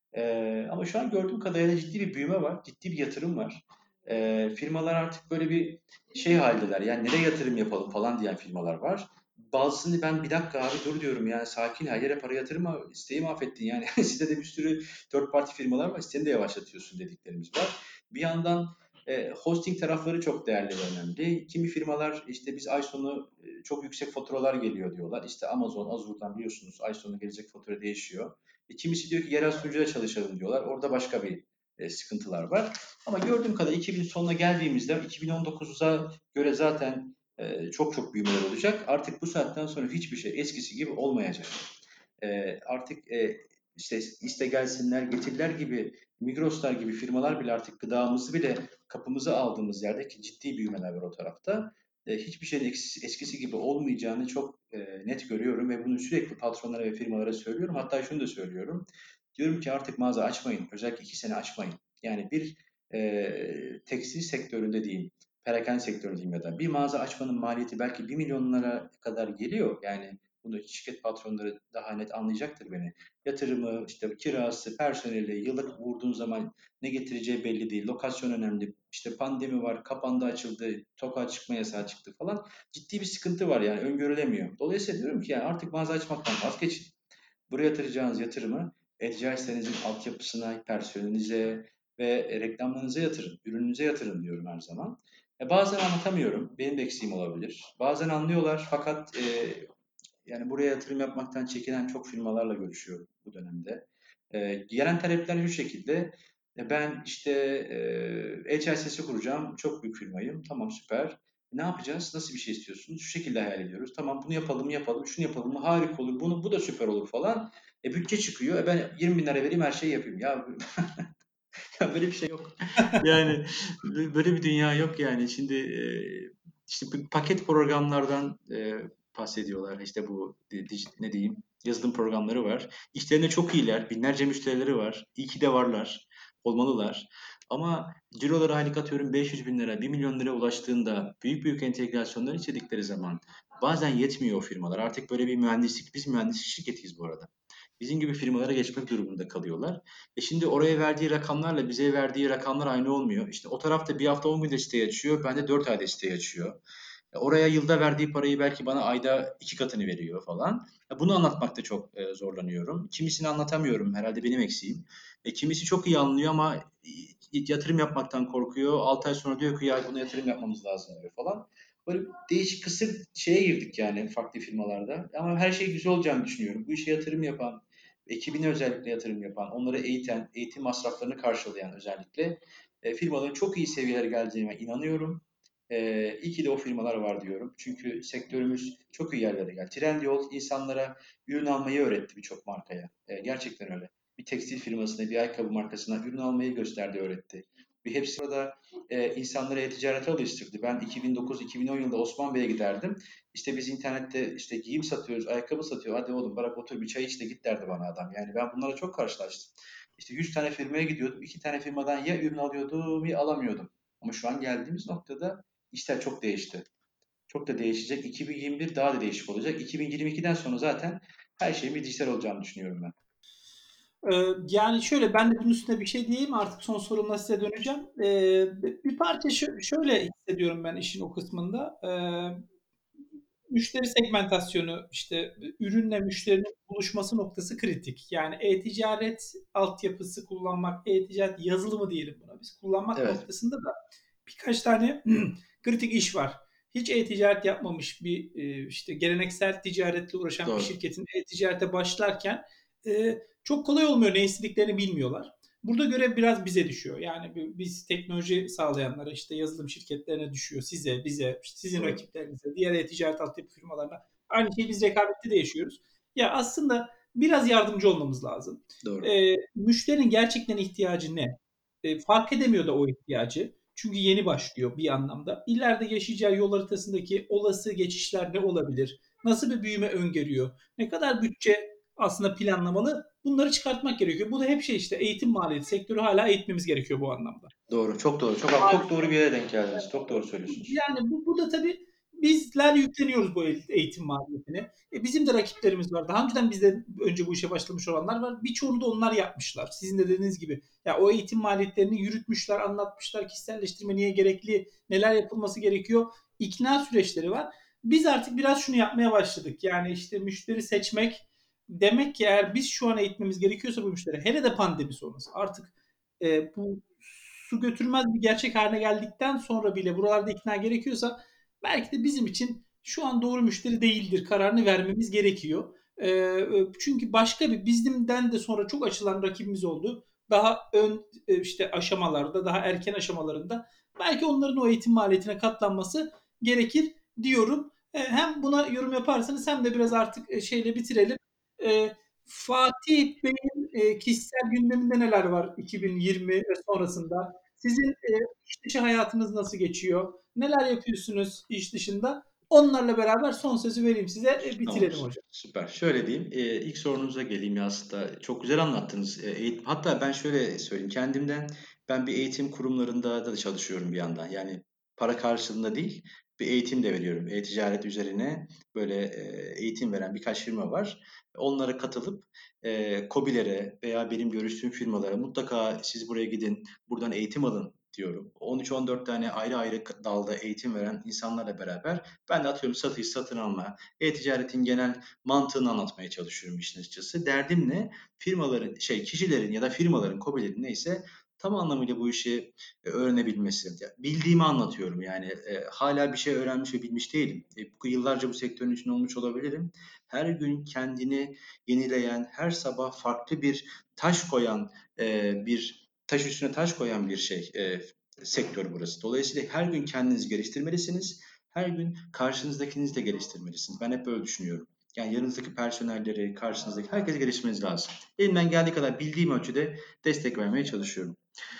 Ama şu an gördüğüm kadarıyla ciddi bir büyüme var, ciddi bir yatırım var. Firmalar artık böyle bir şey haldeler. Yani nereye yatırım yapalım falan diyen firmalar var. Bazısını ben bir dakika abi dur diyorum yani sakin her yere para yatırma isteği mahvettin yani sizde de bir sürü dört parti firmalar var isteğini de yavaşlatıyorsun dediklerimiz var. Bir yandan hosting tarafları çok değerli ve önemli. Kimi firmalar işte biz ay sonu çok yüksek faturalar geliyor diyorlar. İşte Amazon, Azure'dan biliyorsunuz ay sonu gelecek fatura değişiyor. Kimisi diyor ki yerel sunucuda çalışalım diyorlar. Orada başka bir sıkıntılar var. Ama gördüğüm kadarıyla 2000 sonuna geldiğimizde 2019'a göre zaten çok çok büyümeler olacak. Artık bu saatten sonra hiçbir şey eskisi gibi olmayacak. Artık işte iste gelsinler getirler gibi Migros'lar gibi firmalar bile artık gıdamızı bile kapımıza aldığımız yerde ki ciddi büyümeler var o tarafta. Hiçbir şeyin eskisi gibi olmayacağını çok net görüyorum ve bunu sürekli patronlara ve firmalara söylüyorum. Hatta şunu da söylüyorum. Diyorum ki artık mağaza açmayın. Özellikle 2 sene açmayın. Yani bir tekstil sektöründe diyeyim, perakende sektöründe diyeyim ya da bir mağaza açmanın maliyeti belki 1 milyonlara kadar geliyor. Yani bunu şirket patronları daha net anlayacaktır beni. Yatırımı, işte kirası, personeli, yıllık vurduğun zaman ne getireceği belli değil. Lokasyon önemli. İşte pandemi var, kapandı, açıldı, sokağa çıkma yasağı çıktı falan. Ciddi bir sıkıntı var yani öngörülemiyor. Dolayısıyla diyorum ki yani artık mağaza açmaktan vazgeçin. Buraya yatıracağınız yatırımı e-ticaret sitenizin altyapısına, personelinize ve reklamlarınıza yatırın, ürününüze yatırın diyorum her zaman. Bazen anlatamıyorum, benim de eksiğim olabilir. Bazen anlıyorlar fakat yani buraya yatırım yapmaktan çekinen çok firmalarla görüşüyorum bu dönemde. Gelen talepler şu şekilde. Ben işte e-ticaret sitesi kuracağım. Çok büyük firmayım. Tamam süper. Ne yapacağız? Nasıl bir şey istiyorsunuz? Şu şekilde hayal ediyoruz. Tamam bunu yapalım mı yapalım. Şunu yapalım mı? Harika olur. Bu da süper olur falan. Bütçe çıkıyor. Ben 20 bin lira vereyim her şeyi yapayım. Ya, ya böyle bir şey yok. Yani böyle bir dünya yok yani. Şimdi işte bu paket programlardan bahsediyorlar. İşte bu ne diyeyim yazılım programları var. İşlerinde çok iyiler. Binlerce müşterileri var. İyi ki de varlar. Olmalılar. Ama ciroları aylık atıyorum 500 bin lira, 1 milyon lira ulaştığında büyük büyük entegrasyonlar içerdikleri zaman bazen yetmiyor o firmalar. Artık böyle bir mühendislik, biz mühendislik şirketiyiz bu arada. Bizim gibi firmalara geçmek durumunda kalıyorlar. Şimdi oraya verdiği rakamlarla bize verdiği rakamlar aynı olmuyor. İşte o tarafta bir hafta 10 günde siteyi açıyor, bende 4 ayda siteyi açıyor. Oraya yılda verdiği parayı belki bana ayda 2 katını veriyor falan. Bunu anlatmakta çok zorlanıyorum. Kimisini anlatamıyorum, herhalde benim eksiğim. Kimisi çok iyi anlıyor ama yatırım yapmaktan korkuyor. 6 ay sonra diyor ki ya buna yatırım yapmamız lazım diyor falan. Böyle değişik kısır şeye girdik yani farklı firmalarda. Ama her şey güzel olacağını düşünüyorum. Bu işe yatırım yapan, ekibine özellikle yatırım yapan, onları eğiten, eğitim masraflarını karşılayan özellikle firmaların çok iyi seviyelere geleceğine inanıyorum. İyi ki de o firmalar var diyorum. Çünkü sektörümüz çok iyi yerlere geldi. Trendyol insanlara ürün almayı öğretti birçok markaya. Gerçekten öyle. Bir tekstil firmasına, bir ayakkabı markasına ürün almayı gösterdi, öğretti. Bir hepsi burada insanları e-ticarete alıştırdı. Ben 2009-2010 yılında Osman Bey'e giderdim. İşte biz internette işte giyim satıyoruz, ayakkabı satıyor. Hadi oğlum bırak otur bir çay iç de git derdi bana adam. Yani ben bunlara çok karşılaştım. İşte 100 tane firmaya gidiyordum. 2 tane firmadan ya ürün alıyordum ya alamıyordum. Ama şu an geldiğimiz noktada işler çok değişti. Çok da değişecek. 2021 daha da değişik olacak. 2022'den sonra zaten her şeyin bir dijital olacağını düşünüyorum ben. Yani şöyle, ben de bunun üstüne bir şey diyeyim, artık son sorumla size döneceğim. Bir parça şöyle hissediyorum ben işin o kısmında. Müşteri segmentasyonu, işte ürünle müşterinin buluşması noktası kritik. Yani e-ticaret altyapısı kullanmak, e-ticaret yazılımı diyelim buna biz, kullanmak Evet, noktasında da birkaç tane kritik iş var. Hiç e-ticaret yapmamış bir işte geleneksel ticaretle uğraşan bir doğru. şirketin e-ticarete başlarken çok kolay olmuyor. Ne istediklerini bilmiyorlar. Burada görev biraz bize düşüyor. Yani biz teknoloji sağlayanlara, işte yazılım şirketlerine düşüyor. Size, bize, işte sizin Doğru. rakiplerinize, diğer e-ticaret altyapı firmalarına. Aynı şeyi biz rekabette de yaşıyoruz. Ya aslında biraz yardımcı olmamız lazım. Doğru. Müşterinin gerçekten ihtiyacı ne? Fark edemiyor da o ihtiyacı. Çünkü yeni başlıyor bir anlamda. İleride yaşayacağı yol haritasındaki olası geçişler ne olabilir? Nasıl bir büyüme öngörüyor? Ne kadar bütçe aslında planlamalı? Bunları çıkartmak gerekiyor. Bu da hep şey, işte eğitim maliyeti. Sektörü hala eğitmemiz gerekiyor bu anlamda. Doğru. Çok doğru. Çok doğru bir yere denk geldiniz. Çok doğru söylüyorsunuz. Yani bu da tabii bizler yükleniyoruz bu eğitim maliyetini. Bizim de rakiplerimiz var. Daha önceden bizden önce bu işe başlamış olanlar var. Birçoğunu da onlar yapmışlar. Sizin de dediğiniz gibi. Ya o eğitim maliyetlerini yürütmüşler, anlatmışlar. Kişiselleştirme niye gerekli, neler yapılması gerekiyor. İkna süreçleri var. Biz artık biraz şunu yapmaya başladık. Yani işte müşteri seçmek demek ki, eğer biz şu an eğitmemiz gerekiyorsa bu müşteri, hele de pandemi sonrası artık bu su götürmez bir gerçek haline geldikten sonra bile buralarda ikna gerekiyorsa, belki de bizim için şu an doğru müşteri değildir kararını vermemiz gerekiyor. Çünkü başka bir bizimden de sonra çok açılan rakibimiz oldu. Daha ön işte aşamalarda, daha erken aşamalarında belki onların o eğitim maliyetine katlanması gerekir diyorum. Hem buna yorum yaparsanız hem de biraz artık şeyle bitirelim. E, Fatih Bey'in kişisel gündeminde neler var 2020 ve sonrasında? Sizin iş dışı hayatınız nasıl geçiyor? Neler yapıyorsunuz iş dışında? Onlarla beraber son sözü vereyim size, Tamam, bitirelim hocam. süper. Şöyle diyeyim, ilk sorunuza geleyim ya aslında. Çok güzel anlattınız. Hatta ben şöyle söyleyeyim, kendimden ben bir eğitim kurumlarında da çalışıyorum bir yandan. Yani para karşılığında değil, bir eğitim de veriyorum. E-ticaret üzerine böyle eğitim veren birkaç firma var. Onlara katılıp KOBİ'lere veya benim görüştüğüm firmalara mutlaka siz buraya gidin, buradan eğitim alın diyorum. 13-14 tane ayrı ayrı dalda eğitim veren insanlarla beraber ben de atıyorum satış, satın alma, e-ticaretin genel mantığını anlatmaya çalışıyorum işin açıkçası. Derdim ne? Firmaların, kişilerin ya da firmaların, KOBİ'lerin neyse tam anlamıyla bu işi öğrenebilmesi. Ya, bildiğimi anlatıyorum yani. Hala bir şey öğrenmiş ve bilmiş değilim. Yıllarca bu sektörün içinde olmuş olabilirim. Her gün kendini yenileyen, her sabah farklı bir taş koyan, bir taş üstüne taş koyan bir sektör burası. Dolayısıyla her gün kendinizi geliştirmelisiniz. Her gün karşınızdakinizi de geliştirmelisiniz. Ben hep böyle düşünüyorum. Yani yanınızdaki personelleri, karşınızdaki herkesi geliştirmeniz lazım. Elimden geldiği kadar bildiğim ölçüde destek vermeye çalışıyorum.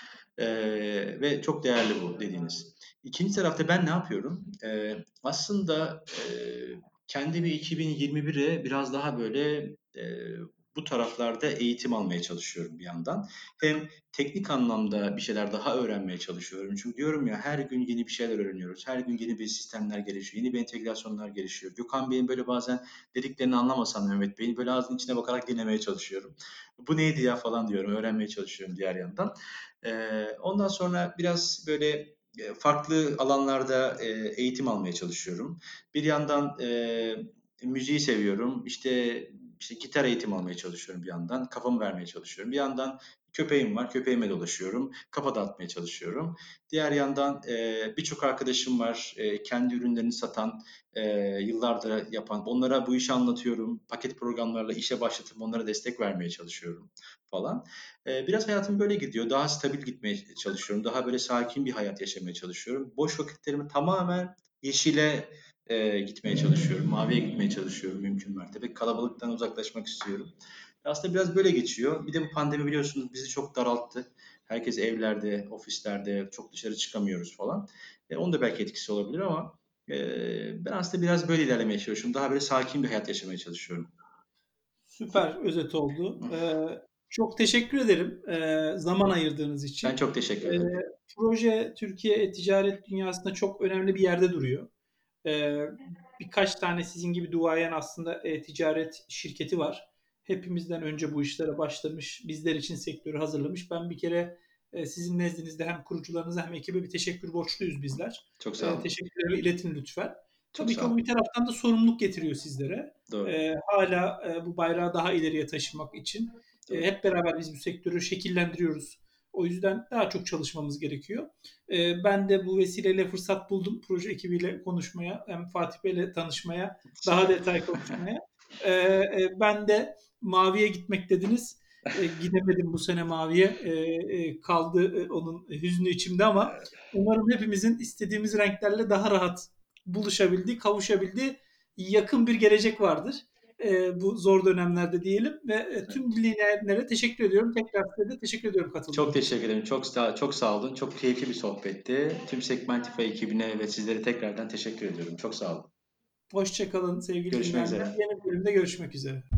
Ve çok değerli bu dediğiniz. İkinci tarafta ben ne yapıyorum? Aslında kendimi 2021'e biraz daha böyle bu taraflarda eğitim almaya çalışıyorum bir yandan. Hem teknik anlamda bir şeyler daha öğrenmeye çalışıyorum. Çünkü diyorum ya her gün yeni bir şeyler öğreniyoruz. Her gün yeni bir sistemler gelişiyor. Yeni bir entegrasyonlar gelişiyor. Gökhan Bey'in böyle bazen dediklerini anlamasam Mehmet Bey'in böyle ağzının içine bakarak dinlemeye çalışıyorum. Bu neydi ya falan diyorum. Öğrenmeye çalışıyorum diğer yandan. Ondan sonra biraz böyle farklı alanlarda eğitim almaya çalışıyorum. Bir yandan müziği seviyorum. İşte gitar eğitimi almaya çalışıyorum bir yandan. Kafamı vermeye çalışıyorum. Bir yandan köpeğim var. Köpeğime dolaşıyorum. Kafa dağıtmaya çalışıyorum. Diğer yandan birçok arkadaşım var. Kendi ürünlerini satan, yıllardır yapan. Onlara bu işi anlatıyorum. Paket programlarla işe başlatıp onlara destek vermeye çalışıyorum falan. Biraz hayatım böyle gidiyor. Daha stabil gitmeye çalışıyorum. Daha böyle sakin bir hayat yaşamaya çalışıyorum. Boş vakitlerimi tamamen yeşile gitmeye çalışıyorum. Maviye gitmeye çalışıyorum mümkün mertebe. Kalabalıktan uzaklaşmak istiyorum. Aslında biraz böyle geçiyor. Bir de bu pandemi biliyorsunuz bizi çok daralttı. Herkes evlerde, ofislerde, çok dışarı çıkamıyoruz falan. Onun da belki etkisi olabilir ama ben aslında biraz böyle ilerlemeye çalışıyorum. Daha böyle sakin bir hayat yaşamaya çalışıyorum. Süper özet oldu. Çok teşekkür ederim zaman ayırdığınız Ben için. çok teşekkür E, ederim. Proje Türkiye ticaret dünyasında çok önemli bir yerde duruyor. E, Birkaç tane sizin gibi duayen aslında ticaret şirketi var. hepimizden önce bu işlere başlamış, bizler için sektörü hazırlamış. Ben bir kere sizin nezdinizde hem kurucularınıza hem ekibe bir teşekkür borçluyuz bizler. Çok sağ olun. Teşekkürlerimi iletin lütfen. Çok Tabii ki sağ o olun. bir taraftan da sorumluluk getiriyor sizlere. Doğru. Hala bu bayrağı daha ileriye taşımak için Doğru. hep beraber biz bu sektörü şekillendiriyoruz. O yüzden daha çok çalışmamız gerekiyor. Ben de bu vesileyle fırsat buldum proje ekibiyle konuşmaya, hem Fatih Bey'le tanışmaya, daha Süper. detay konuşmaya. Ben de Mavi'ye gitmek dediniz. Gidemedim bu sene Mavi'ye. Kaldı onun hüznü içimde ama umarım hepimizin istediğimiz renklerle daha rahat buluşabildiği, kavuşabildiği yakın bir gelecek vardır. Bu zor dönemlerde diyelim ve tüm dinleyenlere teşekkür ediyorum. Tekrar size de teşekkür ediyorum Çok katıldığınız için. teşekkür ederim. Çok sağ olun. Çok keyifli bir sohbetti. Tüm Segmentify ekibine ve sizlere tekrardan teşekkür ediyorum. Çok sağ olun. Hoşça kalın sevgili Görüşmek dinleyenler. üzere. Yeni bir bölümde görüşmek üzere.